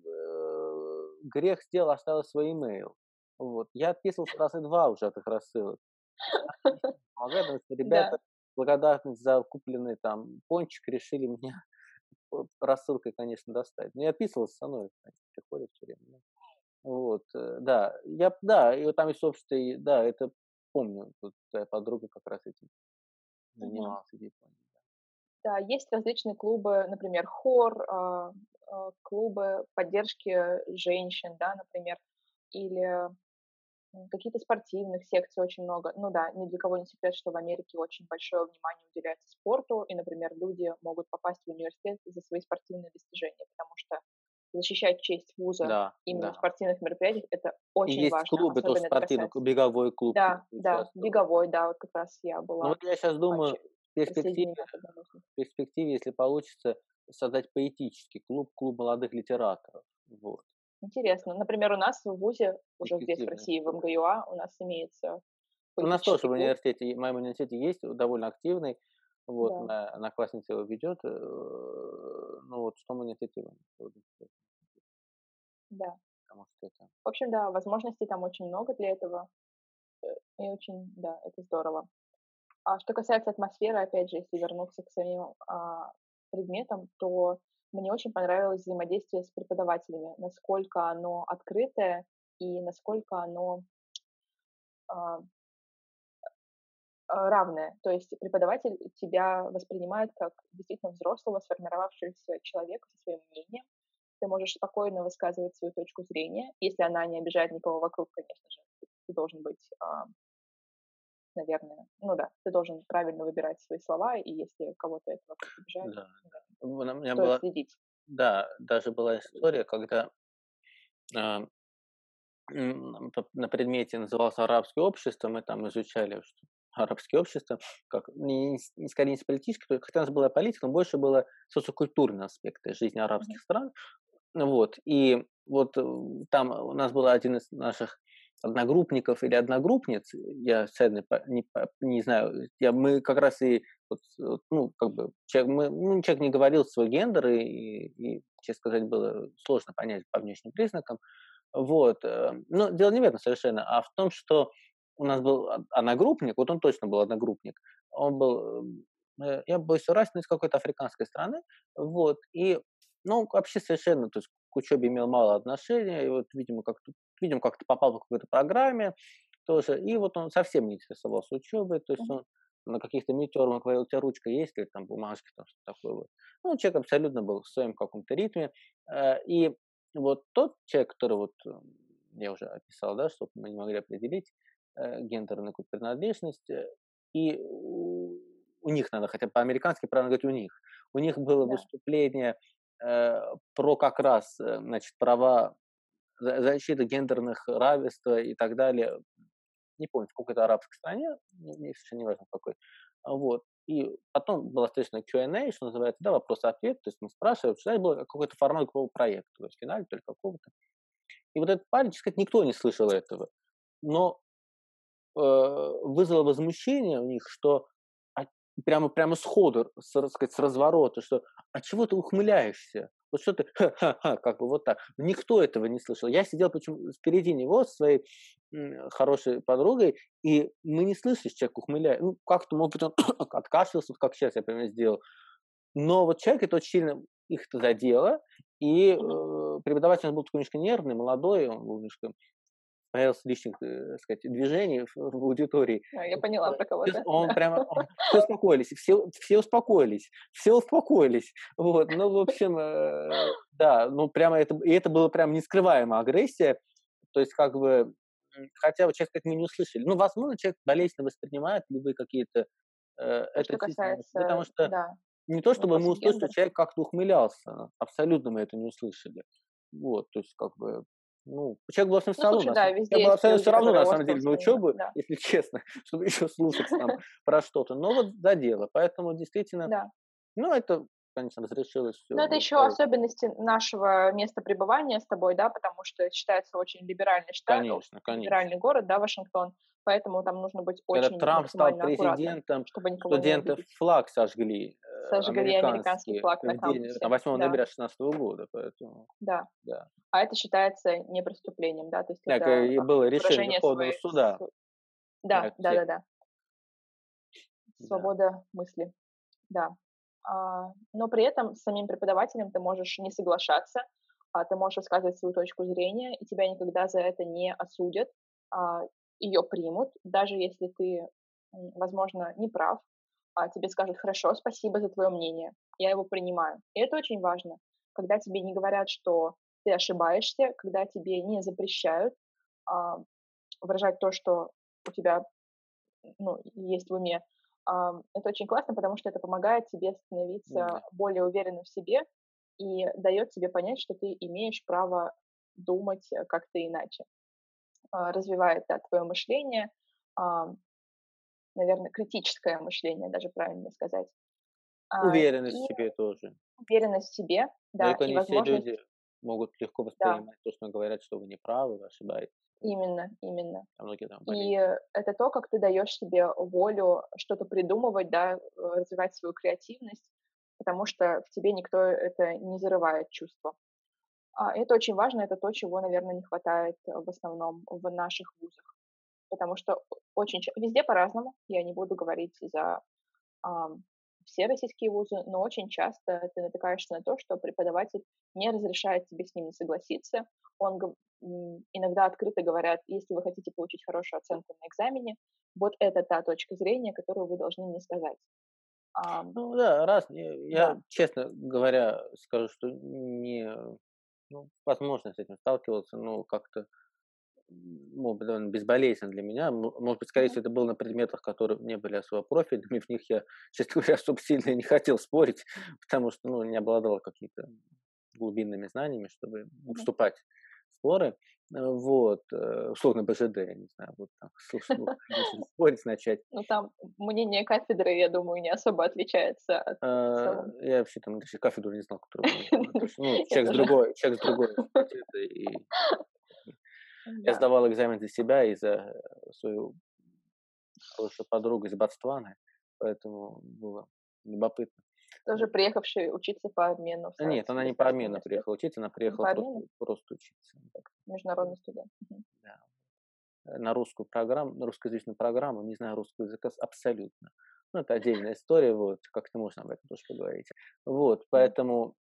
грех сделал, оставил свой имейл. Вот. Я отписывался раза 2 уже от их рассылок. Они помогают, потому что ребята Да. в благодарность за купленный там пончик решили меня рассылкой, конечно, доставить. Но я отписывался, со мной, конечно, приходит всё время, да. Вот, да, и вот там есть общество, и да, это помню, вот твоя подруга как раз этим Мгм. занималась в Японии. Да, есть различные клубы, например, хор, клубы поддержки женщин, да, например, или какие-то спортивных секций очень много. Ну да, ни для кого не секрет, что в Америке очень большое внимание уделяется спорту, и, например, люди могут попасть в университет за свои спортивные достижения, потому что защищать честь вуза Да, именно в да. спортивных мероприятиях — это И очень есть важно, клубы тоже особенно это спортивные, касается. беговой клуб, где Да, ты да, участвовала. беговой, да, вот как раз я Ну была вот я сейчас думаю, в перспективе присоединена к одному из них. если получится, создать поэтический клуб, клуб молодых литераторов. Вот. Интересно. Например, у нас в ВУЗе, уже здесь, в Перспективная России, в история. МГУА, у нас имеется У нас тоже поэтический в клуб. университете, в моем университете есть довольно активный, вот, Да, моя одноклассница его ведет, ну вот в том университете, да. потому что это. В общем, да, возможностей там очень много для этого, и очень, да, это здорово. А что касается атмосферы, опять же, если вернуться к самим, предметам, то мне очень понравилось взаимодействие с преподавателями, насколько оно открытое и насколько оно, а, равное. То есть преподаватель тебя воспринимает как действительно взрослого, сформировавшегося человека со своим мнением. Ты можешь спокойно высказывать свою точку зрения, если она не обижает никого вокруг, конечно же. Ты должен быть, наверное, ну да, ты должен правильно выбирать свои слова, и если кого-то это вокруг обижает, Да. наверное, У меня стоит была, следить. да, даже была история, когда а, на предмете назывался арабское общество, мы там изучали что арабские общества, как скорее не с политической, хотя у нас была политика, но больше было социокультурные аспекты жизни Мгм. арабских стран. Вот, и вот там у нас был один из наших одногруппников или одногруппниц, я цены не знаю, мы как раз и ну, как бы, человек не говорил свой гендер, и, честно сказать, было сложно понять по внешним признакам. Вот, но дело не в этом совершенно, а в том, что у нас был одногруппник, вот он точно был одногруппник, он был, я боюсь соврать, но из какой-то африканской страны, вот, и, ну, вообще совершенно, то есть к учебе имел мало отношения, и вот, видимо, как-то попал по какой-то программе тоже, и вот он совсем не интересовался учебой, то есть Мгм. он на каких-то метеорах говорил, у тебя ручка есть, или там бумажки, там что-то такое вот. Ну, человек абсолютно был в своем каком-то ритме, и вот тот человек, который вот, я уже описал, да, что мы не могли определить, гендерную какую-то принадлежность, и у них надо, хотя по-американски правильно говорить у них было Да. выступление про как раз, значит, права, защита гендерных равенства и так далее. Не помню, в какой-то арабской стране, мне совершенно не важно в какой. Вот. И потом была, соответственно, Q&A, что называется, да, вопрос-ответ, то есть мы спрашивали, что был какой-то формат какого проекта, то есть финале, то ли какого-то. И вот этот парень, честно сказать, никто не слышал этого. Но вызвало возмущение у них, что а, прямо сходу, так сказать, с разворота, что «а чего ты ухмыляешься? Вот что ты, ха-ха-ха», как бы вот так. Никто этого не слышал. Я сидел почему впереди него со своей хорошей подругой, и мы не слышали, что человек ухмыляет. Ну, как-то, может быть, он откашлялся, вот как сейчас я, например, сделал. Но вот человек это очень сильно их это задело, и Мгм. преподаватель у нас был такой немножко нервный, молодой, он был немножко боялся лишних, так сказать, движений в аудитории. Я поняла, про кого ты. Он Да. прямо, все успокоились, все успокоились. Вот, ну, в общем, да, ну, прямо это было прям нескрываемая агрессия. То есть, как бы, хотя, вот, честно сказать, мы не услышали. Ну, возможно, человек болезненно воспринимает любые какие-то, То, это что действительно может, касается, потому что да, не то чтобы мы вопросов услышали, что гендера. человек как-то ухмылялся, абсолютно мы это не услышали. Вот, то есть как бы, ну, человек было всем Ну, все равно, слушай, да, везде человеку было есть абсолютно все люди, равно, которые на самом деле, на острые именно, учебу, да. если честно, чтобы еще слушать там про что-то. Но вот задело. Поэтому действительно, Да. ну, это, конечно, разрешилось все Но это еще благополучно. особенности нашего места пребывания с тобой, да, потому что это считается очень либеральный штат, Конечно, конечно. либеральный город, да, Вашингтон, поэтому там нужно быть Когда очень Трамп стал максимально аккуратным, президентом, чтобы никого не студенты обидеть. флаг сожгли Сожгли американский американский флаг на в день, там, кампусе, 8 да, ноября 2016 года, поэтому, да. да. А это считается не преступлением, да, то есть Так, это и как было решение выражение Верховного своей, суда на да, эту тему. да-да-да, Да. свобода мысли, да. Но при этом с самим преподавателем ты можешь не соглашаться, ты можешь высказывать свою точку зрения, и тебя никогда за это не осудят, а, ее примут, даже если ты, возможно, не прав, тебе скажут: «Хорошо, спасибо за твое мнение, я его принимаю». И это очень важно, когда тебе не говорят, что ты ошибаешься, когда тебе не запрещают, а, выражать то, что у тебя, ну, есть в уме. Это очень классно, потому что это помогает тебе становиться Да. более уверенным в себе и дает тебе понять, что ты имеешь право думать как-то иначе. Развивает, да, твое мышление, наверное, критическое мышление, даже правильно сказать. Уверенность в И себе тоже. уверенность в себе, да, Далеко и не все люди возможность, могут легко да, воспринимать то, что говорят, что вы не правы, вы ошибаетесь. именно, именно. А многие там И болеют. это то, как ты даешь себе волю что-то придумывать, да, развивать свою креативность, потому что в тебе никто это не зарывает чувства. Это очень важно, это то, чего, наверное, не хватает в основном в наших вузах, потому что везде по-разному, я не буду говорить за ам, все российские вузы, но очень часто ты натыкаешься на то, что преподаватель не разрешает тебе с ним не согласиться, он иногда открыто говорят, если вы хотите получить хорошую оценку на экзамене, вот это та точка зрения, которую вы должны мне сказать. Ну да, я, Да. честно говоря, скажу, что возможно, с этим сталкивался, но как-то, может быть, довольно безболезненно для меня. Может быть, скорее Мгм. всего, это было на предметах, которые не были особо профильными, в них я, честно говоря, особо сильно не хотел спорить, потому что, не обладал какими-то глубинными знаниями, чтобы Мгм. вступать в споры. Условно БЖД, я не знаю, вот там спорить начать. Ну, там мнение кафедры, я думаю, не особо отличается от в целом. Я вообще там даже кафедру не знал, которую мы то есть, Я тоже. человек с другой факультета, и я Да. сдавал экзамен за себя и за свою хорошую подругу из Ботсваны, поэтому было любопытно. Тоже Вот. приехавший учиться по обмену в Нет, она не по государственный обмену университет. приехала учиться, она Не приехала по обмену? просто учиться. Международный студент. Мгм. Да. На русскую программу, на русскоязычную программу, не знаю русского языка абсолютно. Это отдельная история, как-то можно об этом тоже поговорить. Да. Поэтому,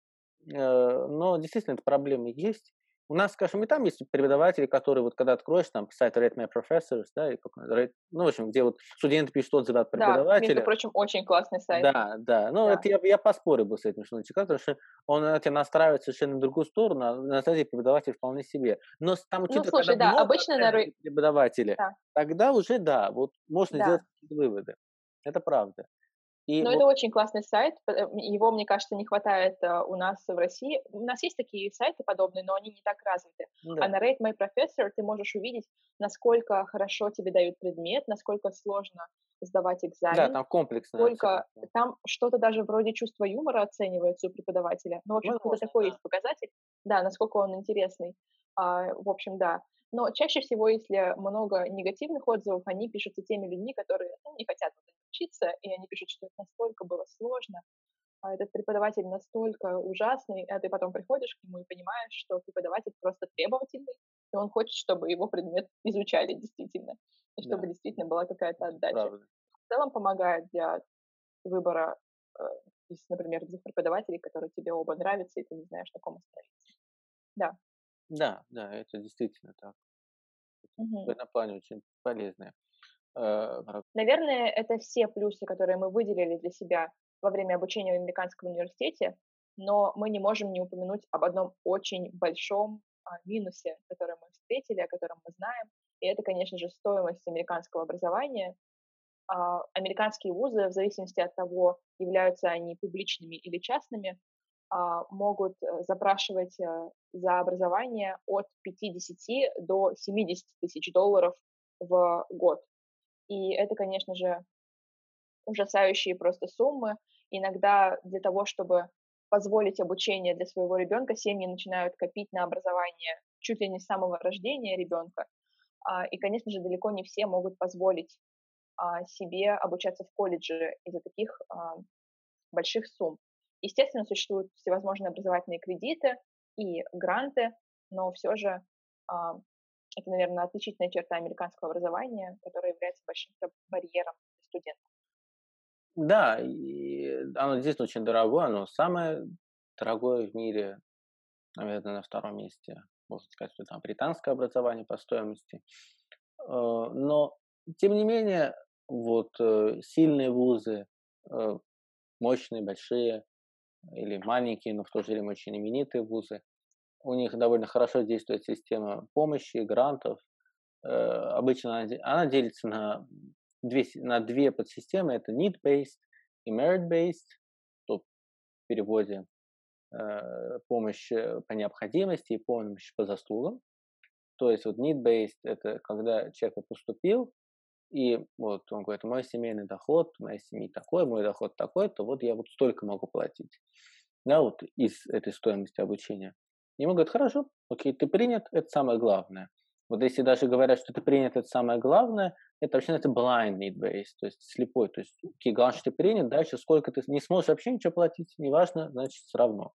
но действительно эта проблема есть. У нас, скажем, и там есть преподаватели, которые когда откроешь там сайт Rate My Professors, да, или в общем, где студенты пишут отзывы от Да, между преподавателя. прочим, очень классный сайт. Да, да. Да. Это я поспорил бы с этим, что начальник, потому что он тебя настраивает совершенно в другую сторону, а на самом деле преподаватель вполне себе. Но там, Ну, учитывая, когда слушай, да, много обычно на ры преподавателя, да, тогда уже да, можно сделать да. какие-то выводы. Это правда. И Но это очень классный сайт. Его, мне кажется, не хватает, у нас в России. У нас есть такие сайты подобные, но они не так развиты. А да, на Rate My Professor ты можешь увидеть, насколько хорошо тебе дают предмет, насколько сложно сдавать да, экзамен, там комплексная сколько оценка. там что-то даже вроде чувства юмора оценивается у преподавателя. Ну, в общем, какой-то Возможно, такой да. есть показатель, да, насколько он интересный. В общем, да. Но чаще всего, если много негативных отзывов, они пишутся теми людьми, которые не хотят вот учиться, и они пишут, что это настолько было сложно, а этот преподаватель настолько ужасный, а ты потом приходишь к нему и понимаешь, что преподаватель просто требовательный, и он хочет, чтобы его предмет изучали действительно, и чтобы Да, действительно да, была какая-то это отдача. правда. В целом помогает для выбора, э, из, например, 2 преподавателей, которые тебе оба нравятся, и ты не знаешь, на ком остановиться. Да. Да, да, это действительно так. В Мгм. этом плане очень полезная. Наверное, это все плюсы, которые мы выделили для себя во время обучения в американском университете, но мы не можем не упомянуть об одном очень большом минусе, который мы встретили, о котором мы знаем, и это, конечно же, стоимость американского образования. Американские вузы, в зависимости от того, являются они публичными или частными, могут запрашивать за образование от 50 до 70 тысяч долларов в год. И это, конечно же, ужасающие просто суммы. Иногда для того, чтобы позволить обучение для своего ребенка, семьи начинают копить на образование чуть ли не с самого рождения ребенка. И, конечно же, далеко не все могут позволить себе обучаться в колледже из-за таких больших сумм. Естественно, существуют всевозможные образовательные кредиты и гранты, но все же а, это, наверное, отличительная черта американского образования, которая является большим барьером для студентов. Да, и оно действительно очень дорогое, оно самое дорогое в мире, наверное, на втором месте. Можно сказать, что там британское образование по стоимости. Но, тем не менее, сильные вузы, э, мощные, большие или маленькие, но в то же время очень именитые вузы, у них довольно хорошо действует система помощи, грантов. Обычно она делится на две подсистемы. Это need-based и merit-based, что в переводе помощь по необходимости и помощь по заслугам. То есть need-based – это когда человек поступил, и он говорит, мой семейный доход, моей семьи такой, мой доход такой, то я столько могу платить. Да, из этой стоимости обучения. Ему говорят, хорошо, окей, ты принят, это самое главное. Если даже говорят, что ты принят, это самое главное, это вообще называется blind need based, то есть слепой. То есть, окей, главное, что ты принят, дальше сколько ты не сможешь вообще ничего платить, неважно, значит, все равно.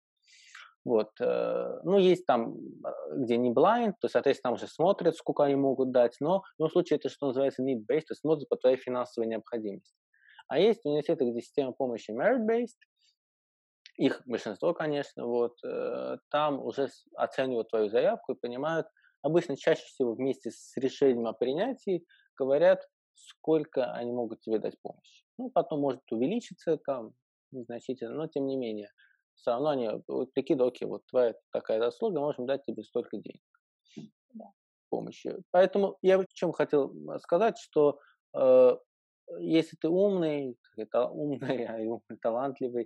Есть там, где не blind, то, соответственно, там уже смотрят, сколько они могут дать, но в любом случае это, что называется, need-based, то есть смотрят по твоей финансовой необходимости. А есть университеты, где система помощи merit-based, их большинство, конечно, вот, там уже оценивают твою заявку и понимают, обычно чаще всего вместе с решением о принятии говорят, сколько они могут тебе дать помощи. Ну, потом может увеличиться там незначительно, но тем не менее, все равно они вот прикидывают, окей, вот твоя такая заслуга, можем дать тебе столько денег Да. помощи. Поэтому я вот в чем хотел сказать, что э, если ты умный, это умный, а и умный, талантливый,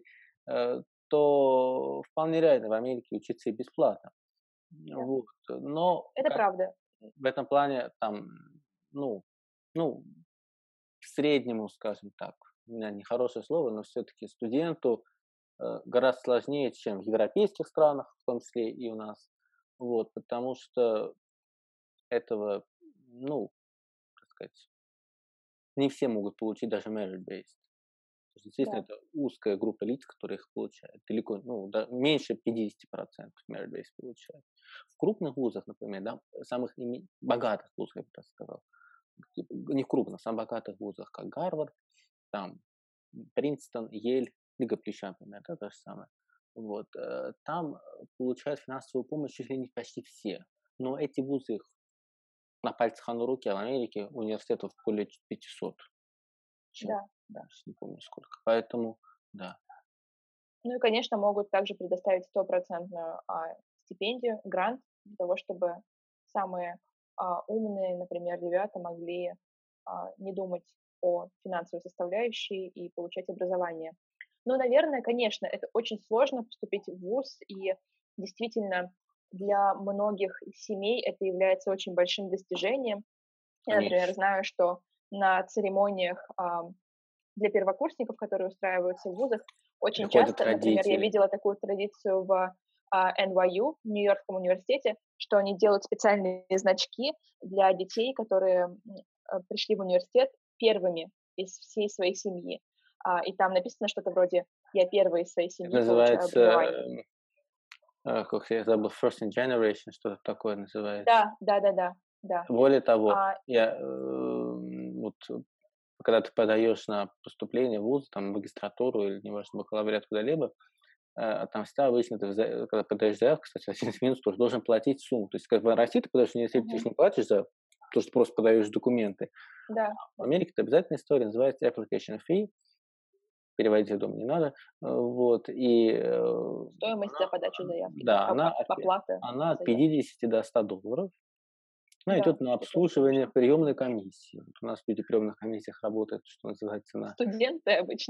то вполне реально в Америке учиться и бесплатно. Да. Вот. Но Это правда. в этом плане там, ну, ну, в среднему, скажем так, у меня нехорошее слово, но все-таки студенту гораздо сложнее, чем в европейских странах, в том числе и у нас. Вот, потому что этого, ну, так сказать, не все могут получить даже merit-based. То есть, естественно, Да. это узкая группа лиц, которые их получают. Далеко, ну, да, меньше 50% merit-based получают. В крупных вузах, например, да, самых богатых вузах, я бы так сказал, не в крупных, самых богатых вузах, как Гарвард, там Принстон, Ель, Лига Плюща, например, да, то же самое. Вот, там получают финансовую помощь чуть ли не почти все. Но эти вузы их на пальцах одной руки, а в Америке университетов более 500 человек, Да. даже не помню сколько. Поэтому, да. Ну и, конечно, могут также предоставить стопроцентную стипендию, грант для того, чтобы самые умные, например, ребята могли не думать о финансовой составляющей и получать образование. Но, наверное, конечно, это очень сложно поступить в вуз, и действительно для многих семей это является очень большим достижением. Я, например, Конечно. знаю, что на церемониях для первокурсников, которые устраиваются в вузах, очень Приходят часто, например, я родители. видела такую традицию в NYU, в Нью-Йоркском университете, что они делают специальные значки для детей, которые пришли в университет первыми из всей своей семьи. И там написано что-то вроде «Я первый из своей Это семьи получаю называется, образование». как я забыл, First in Generation, что-то такое называется. Да, да, да, да, да. Более того, А, я вот когда ты подаешь на поступление в вуз, там, магистратуру или, неважно, бакалавриат куда-либо, там всегда обычно ты, когда подаешь заявку, кстати, один из минусов, тоже должен платить сумму. То есть, как бы в России ты подаешь в университет, ты мгм, ж не платишь за то, что просто подаешь документы. да, В да. Америке это обязательная история, называется application fee, переводить я думаю не надо. Вот, и Стоимость за подачу заявки, да, да, оплата она за от заявку. 50 до 100 долларов. Она Да, идет на что тоже, обслуживание конечно, приемной недешево. комиссии. Вот у нас люди в приемных комиссиях работают, что называется, на Студенты обычно.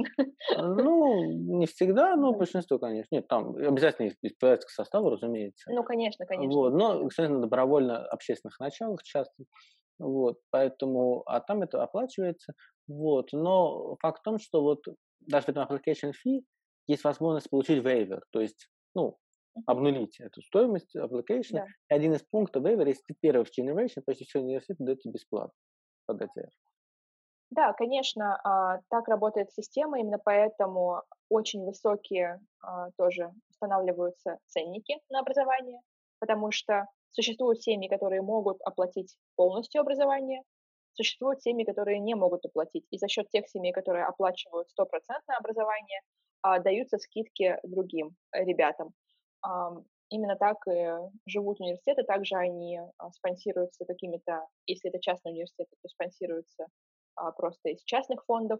ну, не всегда, но Да. большинство, конечно. Нет, там обязательно есть избирательский к составу, разумеется. Ну, конечно, конечно, Вот, но, да. кстати, на добровольно-общественных началах часто. Вот, поэтому, а там это оплачивается. Вот, но факт в том, что вот даже в этом application fee есть возможность получить waiver, то есть, ну, Мгм. обнулить эту стоимость application. Да. И один из пунктов waiver, если ты первый в generation, почти все университеты дают тебе бесплатно подать заявку. Да, конечно, так работает система, именно поэтому очень высокие тоже устанавливаются ценники на образование, потому что существуют семьи, которые могут оплатить полностью образование, существуют семьи, которые не могут оплатить. И за счет тех семей, которые оплачивают стопроцентное образование, даются скидки другим ребятам. Именно так и живут университеты, также они спонсируются какими-то, если это частные университеты, то спонсируются просто из частных фондов,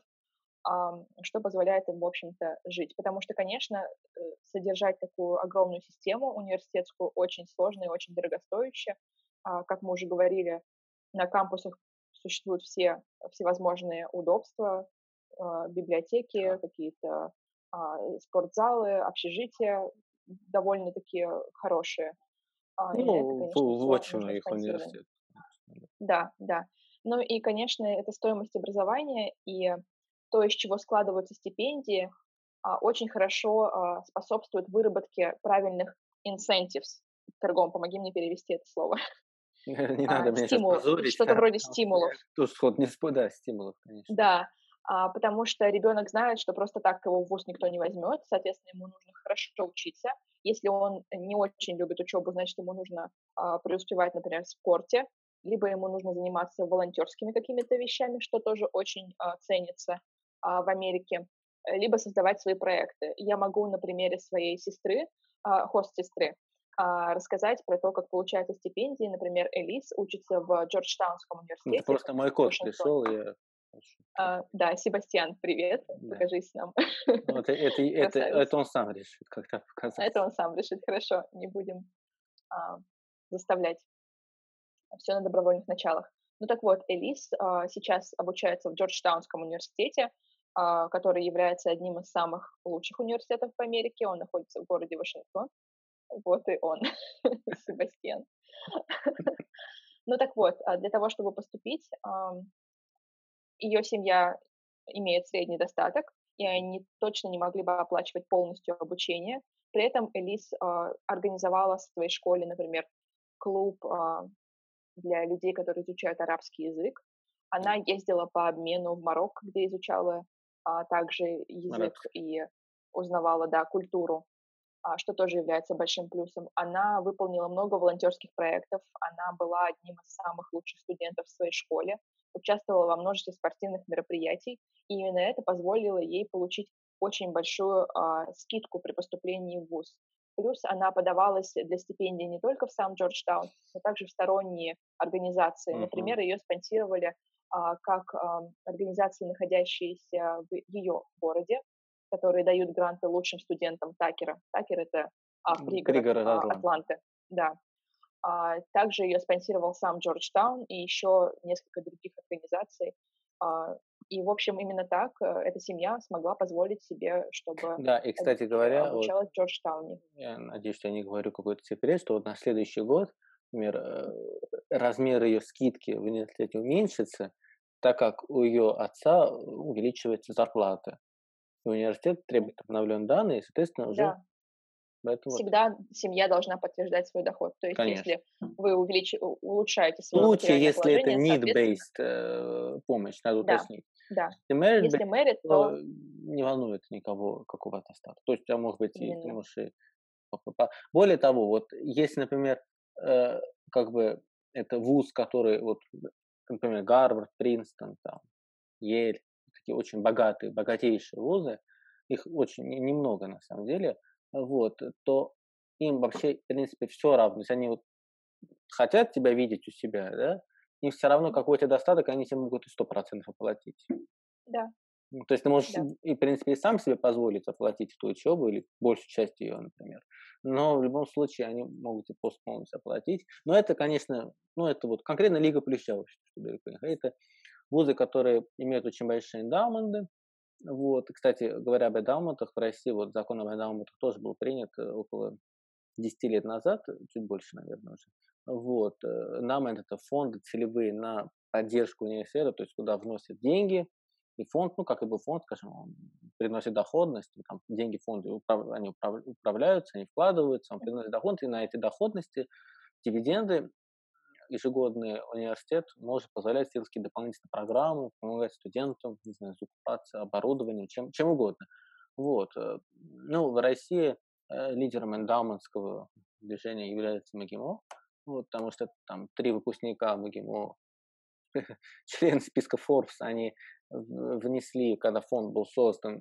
что позволяет им, в общем-то, жить. Потому что, конечно, содержать такую огромную систему университетскую очень сложно и очень дорогостояще. Как мы уже говорили, на кампусах существуют всевозможные удобства, библиотеки, Да. какие-то спортзалы, общежития довольно-таки хорошие. И на это, Ну, конечно, в все очень нужно многих спонсирование. университетах. Конечно, Да, да. Ну и, конечно, это стоимость образования и то, из чего складываются стипендии, очень хорошо способствует выработке правильных incentives. Торгом, помоги мне перевести это слово. да. Не надо меня сейчас Стимул, позорить, что-то вроде потому что я стимулов. тоже сход не да, стимулов, конечно. Да, потому что ребенок знает, что просто так его в вуз никто не возьмет, соответственно, ему нужно хорошо учиться. Если он не очень любит учебу, значит, ему нужно преуспевать, например, в спорте, либо ему нужно заниматься волонтерскими какими-то вещами, что тоже очень ценится в Америке. либо создавать свои проекты. Я могу на примере своей сестры, хост-сестры, рассказать про то, как получаются стипендии. Например, Элис учится в Джорджтаунском Это университете, просто мой кот Вашингтон. пришел, я прошу. Да, Себастьян, привет, Да. покажись нам. Ну, Красавец. это он сам решит, когда Это показаться. он сам решит, хорошо, не будем а, заставлять. Все на добровольных началах. Ну так вот, Элис сейчас обучается в Джорджтаунском университете, который является одним из самых лучших университетов в Америке. Он находится в городе Вашингтон. Вот и он, Себастьян. Ну так вот, для того, чтобы поступить, ее семья имеет средний достаток, и они точно не могли бы оплачивать полностью обучение. При этом Элис организовала в своей школе, например, клуб для людей, которые изучают арабский язык. Она ездила по обмену в Марокко, где изучала также язык Арабский. и узнавала, да, культуру, что тоже является большим плюсом. Она выполнила много волонтерских проектов, она была одним из самых лучших студентов в своей школе, участвовала во множестве спортивных мероприятий, и именно это позволило ей получить очень большую скидку при поступлении в ВУЗ. Плюс она подавалась для стипендий не только в сам Джорджтаун, но также в сторонние организации. Например, ее спонсировали как организации, находящиеся в ее городе, которые дают гранты лучшим студентам Такера. Такер — это пригород Пригород Атланты. Атланты. Да. Также ее спонсировал сам Джорджтаун и еще несколько других организаций. И, в общем, именно так эта семья смогла позволить себе, чтобы Да, и, кстати говоря, вот обучалась в Джорджтауне. я надеюсь, что я не говорю какой-то секрет, что вот на следующий год, например, размер ее скидки в университете уменьшится, так как у ее отца увеличивается зарплата. И университет требует обновленные данные, и, соответственно, уже Да, поэтому вот, всегда семья должна подтверждать свой доход. То есть конечно. если вы улучшаете В свое случае, материальное если это положение, соответственно, need-based помощь, надо да, уточнить. да. Если merit-based, Если merit, то то не волнует никого, какого то статуса. То есть у тебя может быть и ты именно, можешь и более того, вот если, например, э, как бы это вуз, который вот, например, Гарвард, Принстон, там, Ель, такие очень богатые, богатейшие вузы, их очень немного на самом деле, вот, то им вообще, в принципе, все равно. Если они вот хотят тебя видеть у себя, да, им все равно, какой у тебя достаток, они тебе могут и 100% оплатить. да, Ну, то есть ты можешь, да. и, в принципе, и сам себе позволить оплатить эту учебу или большую часть ее, например. Но в любом случае они могут и полностью оплатить. Но это, конечно, ну, это вот конкретно Лига Плюща, в общем, что далеко не ходить. Это вузы, которые имеют очень большие эндаументы. Вот. И, кстати, говоря об эндаументах, в России вот закон об эндаументах тоже был принят около 10 лет назад, чуть больше, наверное, уже. Вот. Эндамент — это фонды целевые на поддержку университета, то есть куда вносят деньги, и фонд, ну, как и был фонд, скажем, он приносит доходность, и там деньги фонда, они управляются, они вкладываются, он приносит доходность, и на эти доходности, дивиденды ежегодные университет может позволять делать какие-то дополнительные программы, помогать студентам, не знаю, закупаться оборудованием, чем угодно. Вот. Ну, в России лидером эндаументского движения является МГИМО, вот, потому что там 3 выпускника МГИМО, члены списка Forbes, они внесли, когда фонд был создан,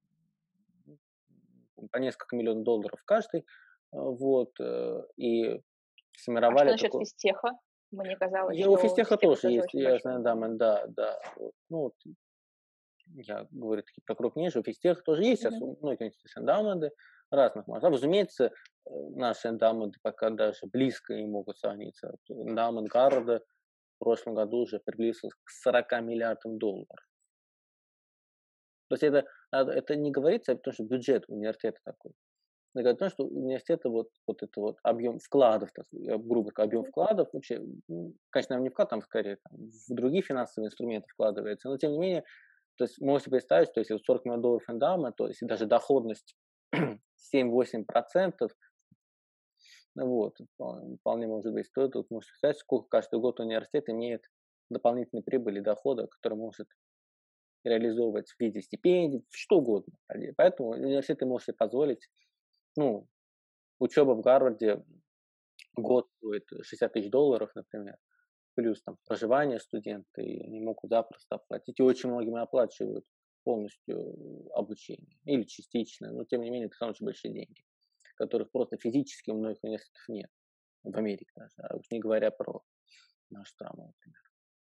по несколько миллионов долларов каждый, вот, и А что сформировали насчет такой. физтеха? Мне казалось, У что физтеха физтех — тоже это тоже есть, очень я большой знаю, да, эндамент. да, да, вот. Ну, вот я говорю таки про крупнейшие, у физтеха тоже есть сейчас, Мгм. ну, эти эндаументы разных масштабов. Разумеется, наши эндаументы пока даже близко не могут сравниться. Эндаумент Гарварда в прошлом году уже приблизился к 40 миллиардам долларов. То есть это не говорится, потому что бюджет университета такой. Это говорит о том, что у университета вот это вот объем вкладов, так сказать, грубо говоря, объем Мгм. вкладов вообще, конечно, наверно, не вклад, там скорее там, в другие финансовые инструменты вкладывается, но тем не менее, то есть можете представить, что если вот 40 миллионов долларов эндаума, то если даже доходность 7-8%, вот, вполне может быть, то тут можете представить, сколько каждый год университет имеет дополнительной прибыли, дохода, который может реализовывать в виде стипендий, что угодно. Поэтому университеты может себе позволить, ну, учеба в Гарварде год стоит 60 тысяч долларов, например, плюс там проживание студента, и они могут запросто оплатить, и очень многим оплачивают. полностью обучение. Или частично, но тем не менее это все равно очень большие деньги, которых просто физически у многих университетов нет. В Америке даже, а уж не говоря про нашу страну, например.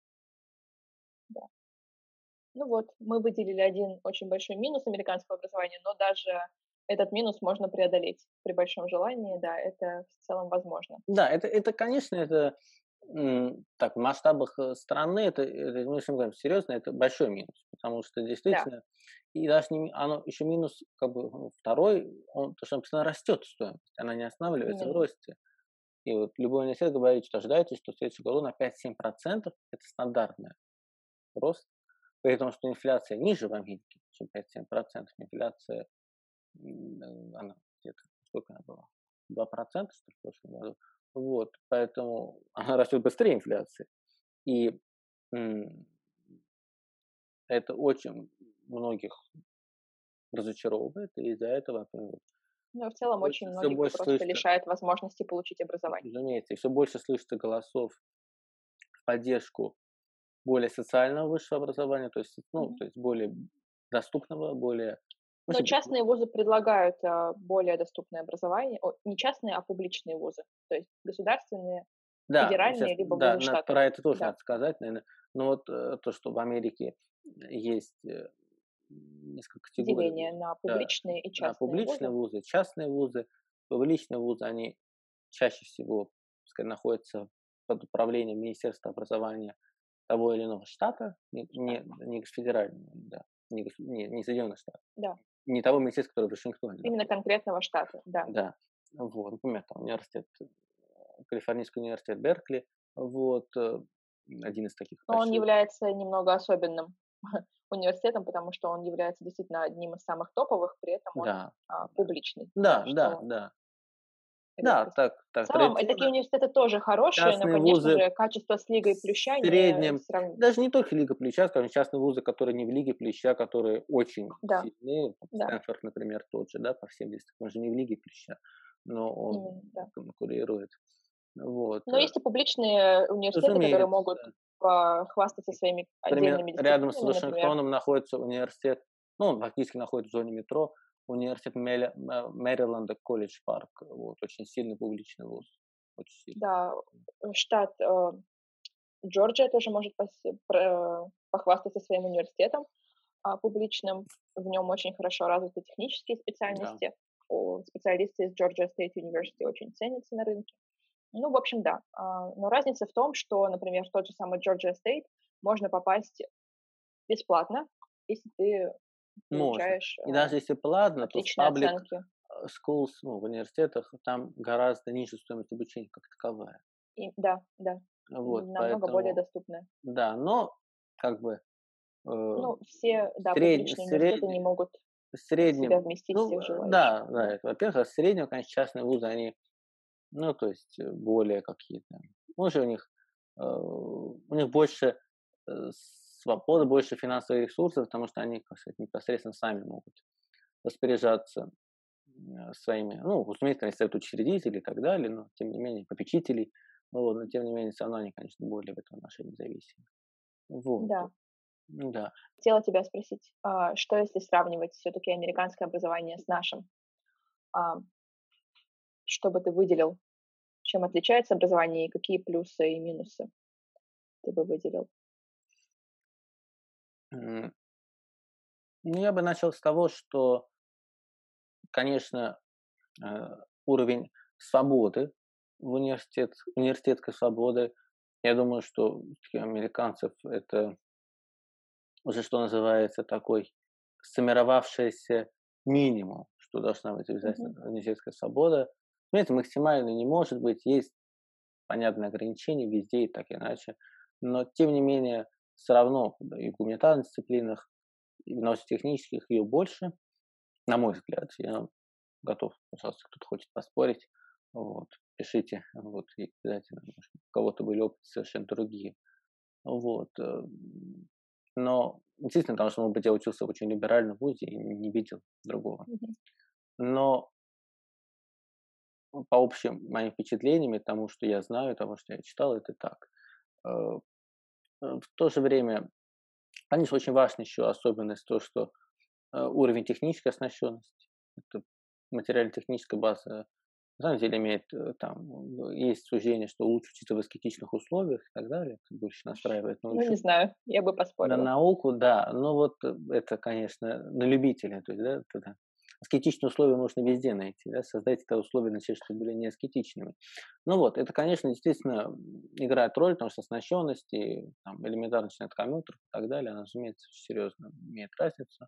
Да. Ну вот, мы выделили один очень большой минус американского образования, но даже этот минус можно преодолеть при большом желании, да, это в целом возможно. Да, это конечно, это так, в масштабах страны, ну, если мы говорим серьезно, это большой минус, потому что Да, действительно, и даже оно еще минус, как бы, второй, то, что он постоянно растет стоимость, она не останавливается в именно. росте. И вот любой университет говорит, что ожидайте, что в следующем году на 5-7% это стандартный рост, при том, что инфляция ниже в Америке, чем 5-7%. Инфляция, она где-то, сколько она была? 2%, что ли, в прошлом году. Вот, поэтому она растет быстрее инфляции. И м, это очень многих разочаровывает, и из-за этого, например, Но в целом очень все многих больше просто слышно, лишает возможности получить образование. разумеется, и все больше слышится голосов в поддержку более социального высшего образования, то есть, ну, Мгм. то есть более доступного, более, ну, Но вообще частные вузы предлагают более доступное образование, не частные, а публичные вузы, то есть государственные, да, сейчас, федеральные, либо да, вузы штата. про это тоже Да, надо сказать, наверное. Но вот то, что в Америке есть несколько категорий деление вузов. на Да, публичные и да, частные публичные вузы. вузы, частные вузы. Публичные вузы, они чаще всего, пускай, находятся под управлением Министерства образования того или иного штата, Штата. не федерального, да, не Соединенных Штатов, Да, не того министерства, которое в Вашингтоне именно находится. конкретного штата, да. Да, вот, например, там университет, Калифорнийский университет Беркли, вот, один из таких Но он больших. является немного особенным университетом, потому что он является действительно одним из самых топовых, при этом он Да, да, публичный, да, да, да, что да, да, редкость. В так целом, такие традиционно университеты тоже хорошие, но, частные конечно вузы же, качество с Лигой в Плюща не среднем, сравнить. даже не только Лига Плюща, скажем, частные вузы, которые не в Лиге Плюща, которые очень Да, сильны, там, да, Стэнфорд, например, тот же, да, по всем действиям, он же не в Лиге Плюща, но он именно, да. конкурирует. Вот, Но есть и публичные университеты, которые могут разумеется. похвастаться своими Например, отдельными рядом с дисциплинами, например. Вашингтоном находится университет, ну, он фактически находится в зоне метро, университет Мэриленда, колледж Парк. Вот, очень сильный публичный вуз. Очень сильный. Да, штат Джорджия тоже может похвастаться своим университетом публичным. В нем очень хорошо развиты технические Да. специальности. Специалисты из Georgia State University очень ценятся на рынке. Ну, в общем, да. Но разница в том, что, например, в тот же самый Georgia State можно попасть бесплатно, если ты Можно. получаешь И даже если платно, то в отличные public оценки. schools, ну, в университетах, там гораздо ниже стоимость обучения как таковая. И, да, да, Вот, намного более поэтому, доступные. да, но как бы Ну, все, да, средний, публичные университеты не средний, могут в в себя среднем, вместить ну, всех желающих. да, Да. да, это, во-первых, а среднего, конечно, частные вузы, они, ну, то есть более какие-то, может, у них больше свободы, больше финансовых ресурсов, потому что они, как сказать, непосредственно сами могут распоряжаться своими, ну, разумеется, они совет учредителей и так далее, но, тем не менее, попечителей, ну, вот, но, тем не менее, все равно они, конечно, более в этом отношении зависимы. Вот, Да. да. Хотела тебя спросить, что если сравнивать все-таки американское образование с нашим? А, Что бы ты выделил? Чем отличается образование и какие плюсы и минусы ты бы выделил? М, Ну, я бы начал с того, что, конечно, э, уровень свободы университетской свободы, я думаю, что у американцев это уже, что называется, такой сформировавшийся минимум, что должна быть Мгм. обязательно университетская свобода. Разумеется, максимально не может быть, есть понятные ограничения везде и так иначе, но тем не менее все равно да, и в гуманитарных дисциплинах, и в научно-технических ее больше, на мой взгляд. Я готов, пожалуйста, кто-то хочет поспорить, вот, пишите, вот, и обязательно, может, у кого-то были опыты совершенно другие. Вот. Но действительно, потому что, может быть, я учился в очень либеральном вузе и не видел другого. Мгм. Но по общим моим впечатлениям и тому, что я знаю, тому, что я читал, это так. В то же время Конечно, очень важна еще особенность то, что уровень технической оснащенности. Это материально-техническая база на самом деле имеет есть суждение, что лучше учиться в аскетичных условиях и так далее. Это больше настраивает на Ну, не учебу. знаю, я бы На поспорила. науку, да, но вот это, конечно, на любителя, то есть, да, тогда аскетичные условия можно везде найти, да, создать это условия, значит, чтобы были не аскетичными. Ну вот, это, конечно, действительно играет роль, потому что оснащенность и там, элементарный от компьютеров и так далее, она, разумеется, серьезно имеет разницу,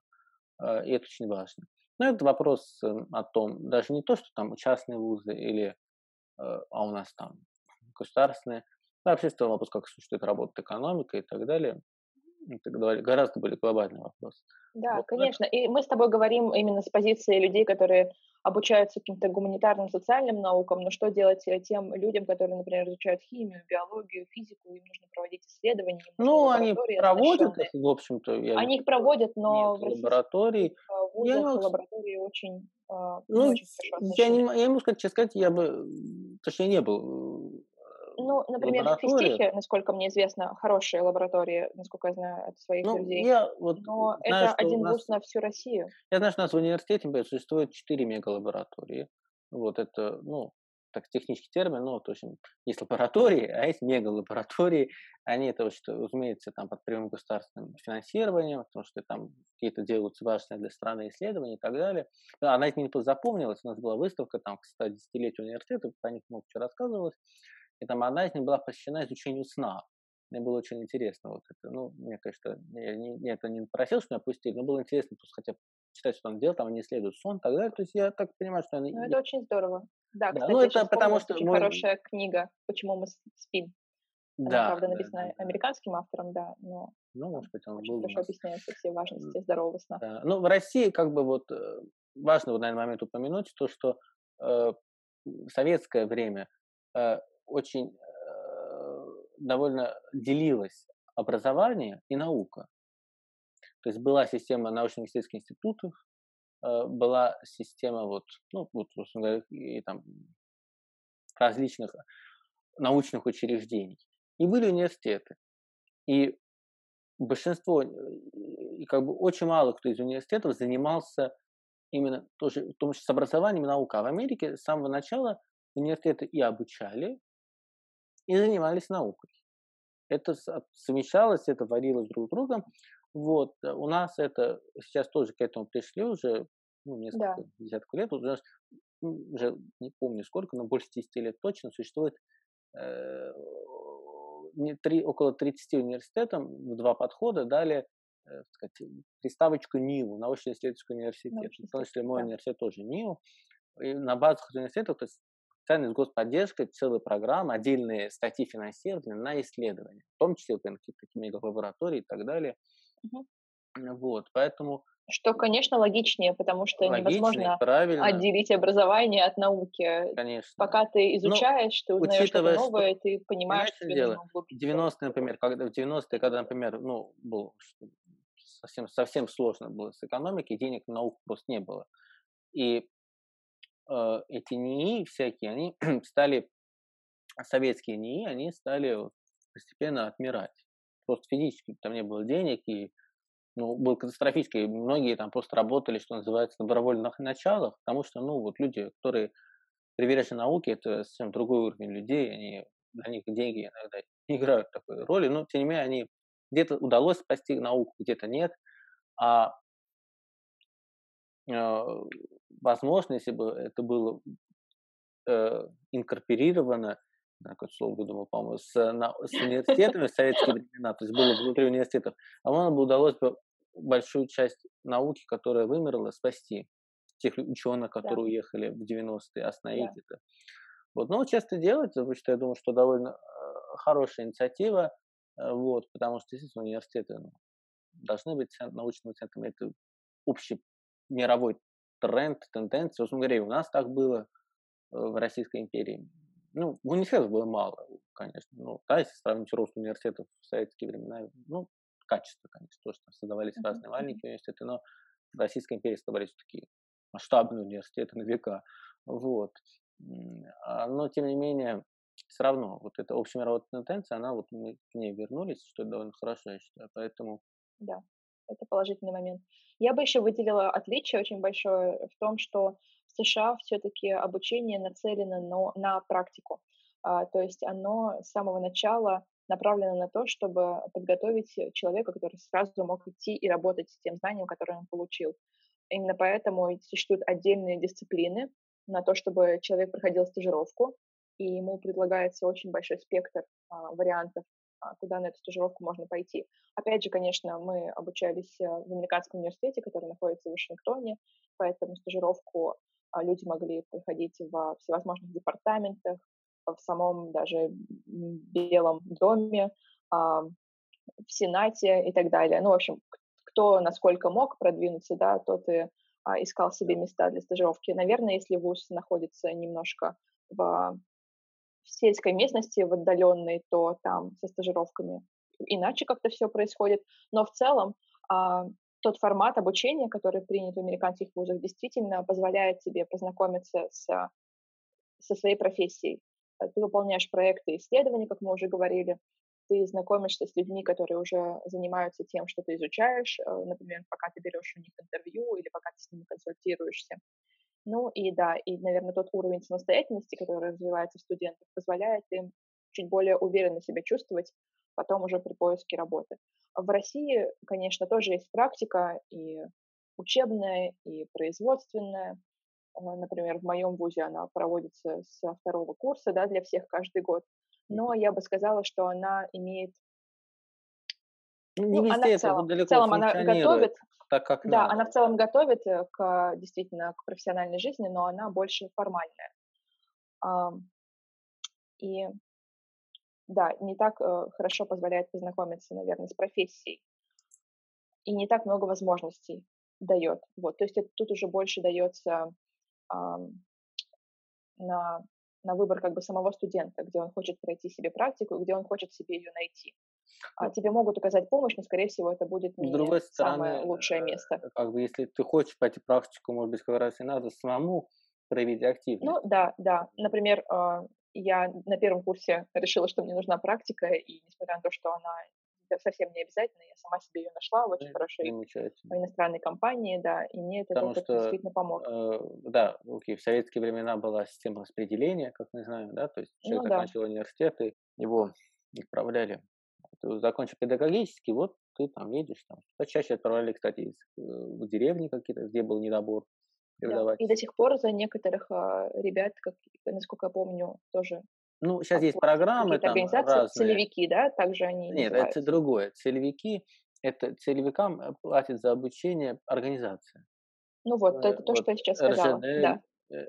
и это очень важно. Но это вопрос о том, даже не то, что там частные вузы или, а у нас там государственные, вообще в целом вопрос, как существует работа экономика и так далее, это гораздо более глобальный вопрос. Да, Вот, конечно. И мы с тобой говорим именно с позиции людей, которые обучаются каким-то гуманитарным, социальным наукам, но что делать тем людям, которые, например, изучают химию, биологию, физику, им нужно проводить исследования, им нужны ну, они лаборатории проводят их, оснащенные. в общем-то, я не Они их спорю. проводят, Нет но в российских лабораторий. Я не вузах могу, лаборатории очень, не ну, очень хорошо я оснащены. я не могу сказать, честно сказать, я бы, точнее, не был Ну, в например, в лабораториях. физтехе, насколько мне известно, хорошие лаборатории, насколько я знаю от своих Ну, друзей, я вот но знаю, это что у один нас вуз на всю Россию. Я знаю, что у нас в университете, например, существует 4 мегалаборатории. Вот это, ну, так технический термин, но, в общем, есть лаборатории, а есть мегалаборатории. Они это, вот, что, разумеется, там под прямым государственным финансированием, потому что там какие-то делаются важные для страны исследования и так далее. Да, она из меня запомнилась. У нас была выставка там к 110-летию университета, про них много чего рассказывалось. И там одна из них была посвящена изучению сна. Мне было очень интересно вот это. Ну, мне, конечно, я это не просил, что меня пустили, но было интересно просто хотя бы читать, что он делал, там они исследуют сон и так далее. То есть я так понимаю, что они... Ну, это очень здорово. Да, Да, ну кстати, я это сейчас потому вспомнила, есть что очень мой... хорошая книга «Почему мы спим». Она, Да, правда, да, да, написана да. американским автором, да, но Ну, там может быть, он очень был у хорошо нас. объясняются все М, важности здорового сна. Да. Ну, в России как бы вот важно, вот, наверное, момент упомянуть, то, что э, в советское время очень довольно делилось образование и наука. То есть была система научно-исследовательских институтов, была система вот, ну, вот, собственно говоря, и там различных научных учреждений. И были университеты. И большинство, и как бы очень мало кто из университетов занимался именно тоже, в том числе с образованием и наукой. А в Америке с самого начала университеты и обучали, и занимались наукой. Это совмещалось, это варилось друг с другом. Вот. У нас это сейчас тоже к этому пришли уже, ну, Да, несколько десятков лет. Вот у нас, уже не помню сколько, но больше 10 лет точно существует э, около 30 университетов в два подхода дали, так сказать, приставочку НИУ, научно-исследовательский университет. В том научно числе мой да. университет тоже НИУ. И на базах университетов, то есть специально с господдержкой, целая программа, отдельные статьи финансирования на исследования, в том числе вот, какие-то такие мегалаборатории и так далее. Мгм. Вот, поэтому Что, конечно, логичнее, потому что логично и невозможно правильно, отделить образование от науки. конечно. Пока ты Но изучаешь, ты узнаешь что-то учитывая, что, новое, ты понимаешь, понимаете, что тебе дело, нужно в углубиться. 90-е, например, когда в 90-е, когда, например, ну, был совсем сложно было с экономикой, денег на науку просто не было. И эти НИИ всякие, они стали, советские НИИ, они стали вот постепенно отмирать. Просто физически там не было денег, и ну, был катастрофический. Многие там просто работали, что называется, на добровольных началах, потому что, ну, вот люди, которые привержены науке, это совсем другой уровень людей, они, для них деньги иногда не играют такой роли, но, тем не менее, они где-то удалось спасти науку, где-то нет. А э, возможно, если бы это было инкорпорировано, какое слово выдумал, по-моему, с университетами в советские времена, то есть было внутри университетов, а вам бы удалось бы большую часть науки, которая вымерла, спасти. Тех ученых, Да, которые уехали в 90-е, остановить да. это. Вот. Но часто делается, потому что я думаю, что довольно хорошая инициатива, вот, потому что, действительно, университеты должны быть научными центрами. Это общий мировой тренд, тенденция. Вот, говоря, и у нас так было, в Российской империи. Ну, университетов было мало, конечно. Ну, да, если сравнить рост университетов в советские времена, ну, качество, конечно, тоже там создавались Мгм, разные мгм. маленькие университеты, но в Российской империи оставались такие масштабные университеты на века. Вот. Но, тем не менее, все равно вот эта общемировая тенденция, она вот мы к ней вернулись, что довольно хорошо, я считаю. Поэтому да, это положительный момент. Я бы еще выделила отличие очень большое в том, что в США все-таки обучение нацелено на практику. То есть оно с самого начала направлено на то, чтобы подготовить человека, который сразу мог идти и работать с тем знанием, которое он получил. Именно поэтому и существуют отдельные дисциплины на то, чтобы человек проходил стажировку, и ему предлагается очень большой спектр вариантов, куда на эту стажировку можно пойти. Опять же, конечно, мы обучались в американском университете, который находится в Вашингтоне, поэтому стажировку люди могли проходить во всевозможных департаментах, в самом даже Белом доме, в Сенате и так далее. Ну, в общем, кто насколько мог продвинуться, да, тот и искал себе места для стажировки. Наверное, если вуз находится немножко в сельской местности, в отдаленной, то там со стажировками иначе как-то все происходит. Но в целом тот формат обучения, который принят в американских вузах, действительно позволяет тебе познакомиться со своей профессией. Ты выполняешь проекты исследований, как мы уже говорили, ты знакомишься с людьми, которые уже занимаются тем, что ты изучаешь, например, пока ты берешь у них интервью или пока ты с ними консультируешься. Ну и да, и, наверное, тот уровень самостоятельности, который развивается в студентах, позволяет им чуть более уверенно себя чувствовать потом уже при поиске работы. В России, конечно, тоже есть практика и учебная, и производственная. Например, в моем вузе она проводится со второго курса, да, для всех каждый год. Но я бы сказала, что она имеет, Ну, не ну, она везде это вот в далеко целом она функционирует готовит, так, как да, надо. она в целом готовит действительно к профессиональной жизни, но она больше формальная. Ам, И да, не так хорошо позволяет познакомиться, наверное, с профессией. И не так много возможностей дает. Вот, то есть тут уже больше дается ам, на, на выбор как бы самого студента, где он хочет пройти себе практику, где он хочет себе ее найти. Ну, Тебе могут оказать помощь, но, скорее всего, это будет с не другой самое стороны, лучшее место. как бы если ты хочешь пойти практику, может быть, как раз и надо самому проявить Ну активность. да, да. Например, я на первом курсе решила, что мне нужна практика, и несмотря на то, что она совсем не обязательно, я сама себе ее нашла в очень хорошей Замечательно. иностранной компании, да, и мне этот Потому опыт что, действительно помог. да, окей, в советские времена была система распределения, как мы знаем, да, то есть Ну человек да, заканчивал университет, и его отправляли. Ты закончил педагогический, вот ты там едешь, там. Почаще отправляли, кстати, в деревни какие-то, где был недобор да. И до преподавателей. сих пор за некоторых ребят, насколько я помню, тоже Ну, сейчас есть платят программы какие-то там организации, разные. целевики, да, также они Нет, это называются. другое. Целевики, это целевикам платит за обучение организация. Ну вот, это то, Вот что я сейчас сказала, РЖД, да. э,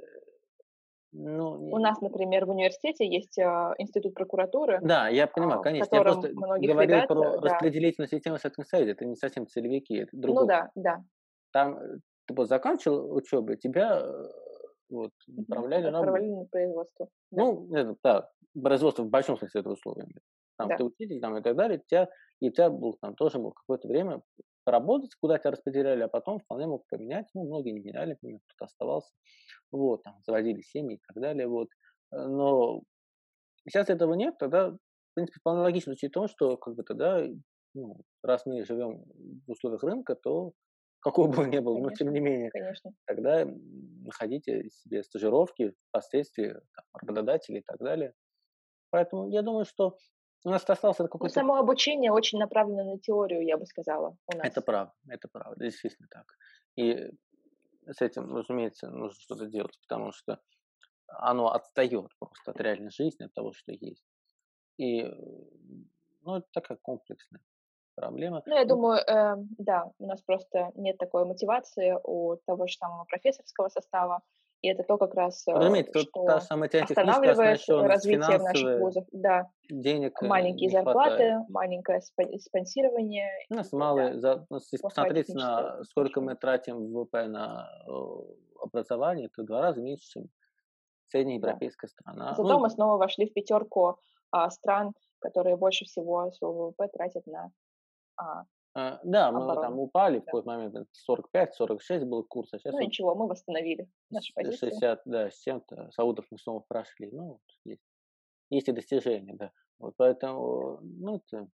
ну, У нас, например, в университете есть институт прокуратуры, да, я понимаю, в конечно. Я котором просто многих говорил ребят, про да, распределительную систему Советского Союза. Это не совсем целевики, это ну другое. да, да, Там ты вот заканчивал учебу, тебя вот направляли работать. отправили на производство, да, Ну, это, да, производство в большом смысле этого слова. Именно. Там ты да, учитель там, и так далее, и у тебя был, там, тоже был какое-то время поработать, куда тебя распределяли, а потом вполне мог поменять. Ну, многие не меняли, например, кто-то оставался. Вот, там, заводили семьи и так далее. Вот. Но сейчас этого нет, тогда, в принципе, вполне логично учитывая то, что как бы тогда, ну, раз мы живем в условиях рынка, то какой бы он ни был, но тем конечно, не менее, конечно. тогда находите себе стажировки, впоследствии там, работодатели и так далее. Поэтому я думаю, что у нас остался Но какой-то... само обучение очень направлено на теорию, я бы сказала, у нас. Это правда, действительно так. И с этим, разумеется, нужно что-то делать, потому что оно отстает просто от реальной жизни, от того, что есть. И, ну, это такая комплексная проблема. Ну, я Ну, думаю, да, у нас просто нет такой мотивации у того же самого профессорского состава, и это то как раз, разумеется, тут та же что самая техническая останавливает оснащенность, развитие в наших финансовая, вузах. Да, денег маленькие не хватает. зарплаты, маленькое спонсирование У нас и, да, ну, если плохая посмотреть техническая на сколько мы оснащенность. тратим ВВП на образование, то в 2 раза меньше, чем Да. среднеевропейская страна. Зато мы Ну, снова вошли в пятерку стран, которые больше всего своего ВВП тратят на а, да, мы там оборону. упали в Да. какой-то момент, 45-46 был курс, а сейчас Ну вот ничего, мы восстановили наши позиции. 60, да, с чем-то, Саудов мы снова прошли. Ну, вот есть и достижения, да. Вот поэтому, ну, это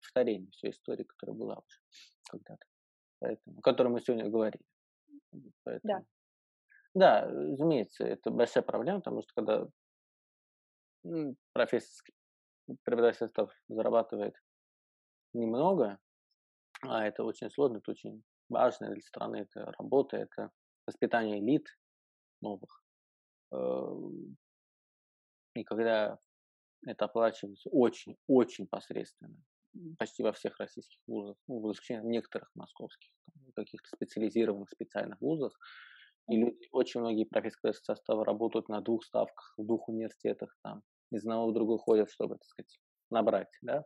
повторение всей истории, которая была уже когда-то. Поэтому, о которой мы сегодня говорили. Да. Поэтому, да, разумеется, это большая проблема, потому что когда профессорский преподавательский состав зарабатывает немного, а это очень сложно, это очень важно для страны, это работа, это воспитание элит новых. Э, И когда это оплачивается очень-очень посредственно, почти во всех российских вузах, ну, за исключением некоторых московских, там, каких-то специализированных специальных вузах, и Мгм. люди, очень многие профессорские составы работают на 2 ставках, в 2 университетах, там, из одного в другой ходят, чтобы, так сказать, набрать, да.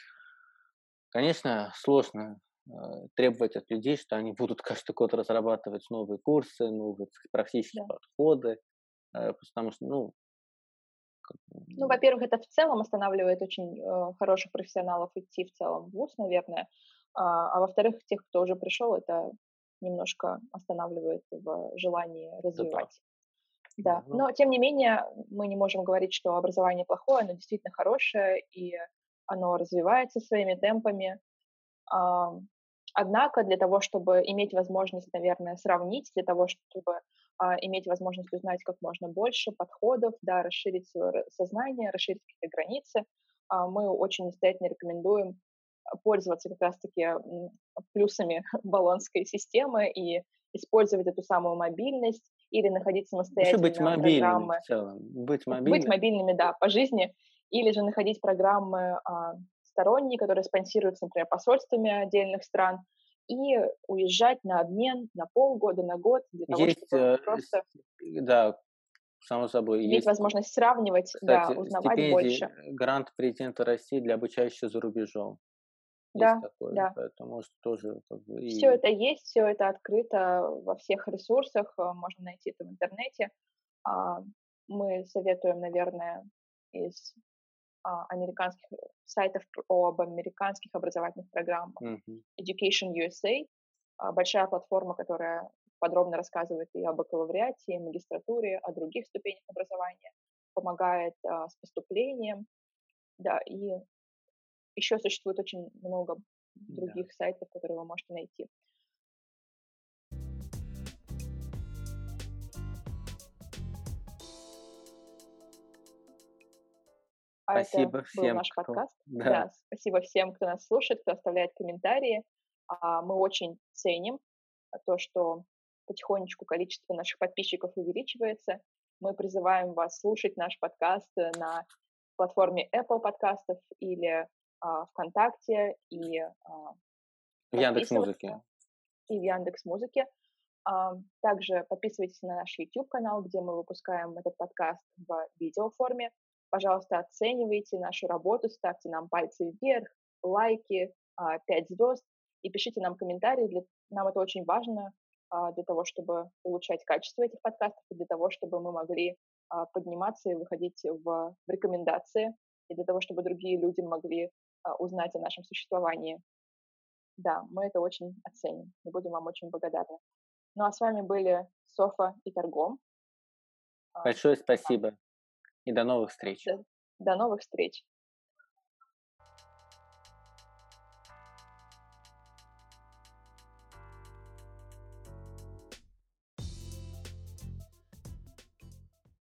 Конечно, сложно требовать от людей, что они будут каждый год разрабатывать новые курсы, новые, так сказать, практические Да. подходы, потому что, ну, как бы, Ну, во-первых, это в целом останавливает очень хороших профессионалов идти в целом в ВУЗ, наверное. А во-вторых, тех, кто уже пришел, это немножко останавливает в желании это так. развивать. Да, Да, ну, но тем не менее мы не можем говорить, что образование плохое, оно действительно хорошее, и оно развивается своими темпами. Ам, Однако для того, чтобы иметь возможность, наверное, сравнить, для того, чтобы иметь возможность узнать как можно больше подходов, да, расширить свое сознание, расширить какие-то границы, мы очень настоятельно рекомендуем пользоваться как раз-таки плюсами болонской системы и использовать эту самую мобильность или находить вообще быть самостоятельно мобильными в программы, целом, быть быть мобильным. мобильными, да, по жизни, или же находить программы сторонние, которые спонсируются, например, посольствами отдельных стран, и уезжать на обмен на полгода, на год, для того, Есть, чтобы просто да, само собой, иметь есть, возможность сравнивать, да, кстати, узнавать стипендии, больше. грант президента России для обучающихся за рубежом. Есть Да, такое, да. поэтому может тоже как бы Все и это есть, все это открыто во всех ресурсах, можно найти это в интернете. А, Мы советуем, наверное, из американских сайтов об американских образовательных программах. мгм. Education USA, большая платформа, которая подробно рассказывает и о бакалавриате, и о магистратуре, о других ступенях образования, помогает с поступлением, да, и еще существует очень много Да. других сайтов, которые вы можете найти. А это Спасибо был всем, наш кто подкаст. да, Да, спасибо всем, кто нас слушает, кто оставляет комментарии. Мы очень ценим то, что потихонечку количество наших подписчиков увеличивается. Мы призываем вас слушать наш подкаст на платформе Apple подкастов или ВКонтакте в подписываться «Яндекс.Музыке». и в Яндекс.Музыке. Также подписывайтесь на наш YouTube-канал, где мы выпускаем этот подкаст в видеоформе. Пожалуйста, оценивайте нашу работу, ставьте нам пальцы вверх, лайки, 5 звезд и пишите нам комментарии. Нам это очень важно для того, чтобы улучшать качество этих подкастов и для того, чтобы мы могли подниматься и выходить в рекомендации, и для того, чтобы другие люди могли узнать о нашем существовании. Да, мы это очень оценим и будем вам очень благодарны. Ну, а с вами были Софа и Торгом. А, Большое да, спасибо и до новых встреч. до новых встреч.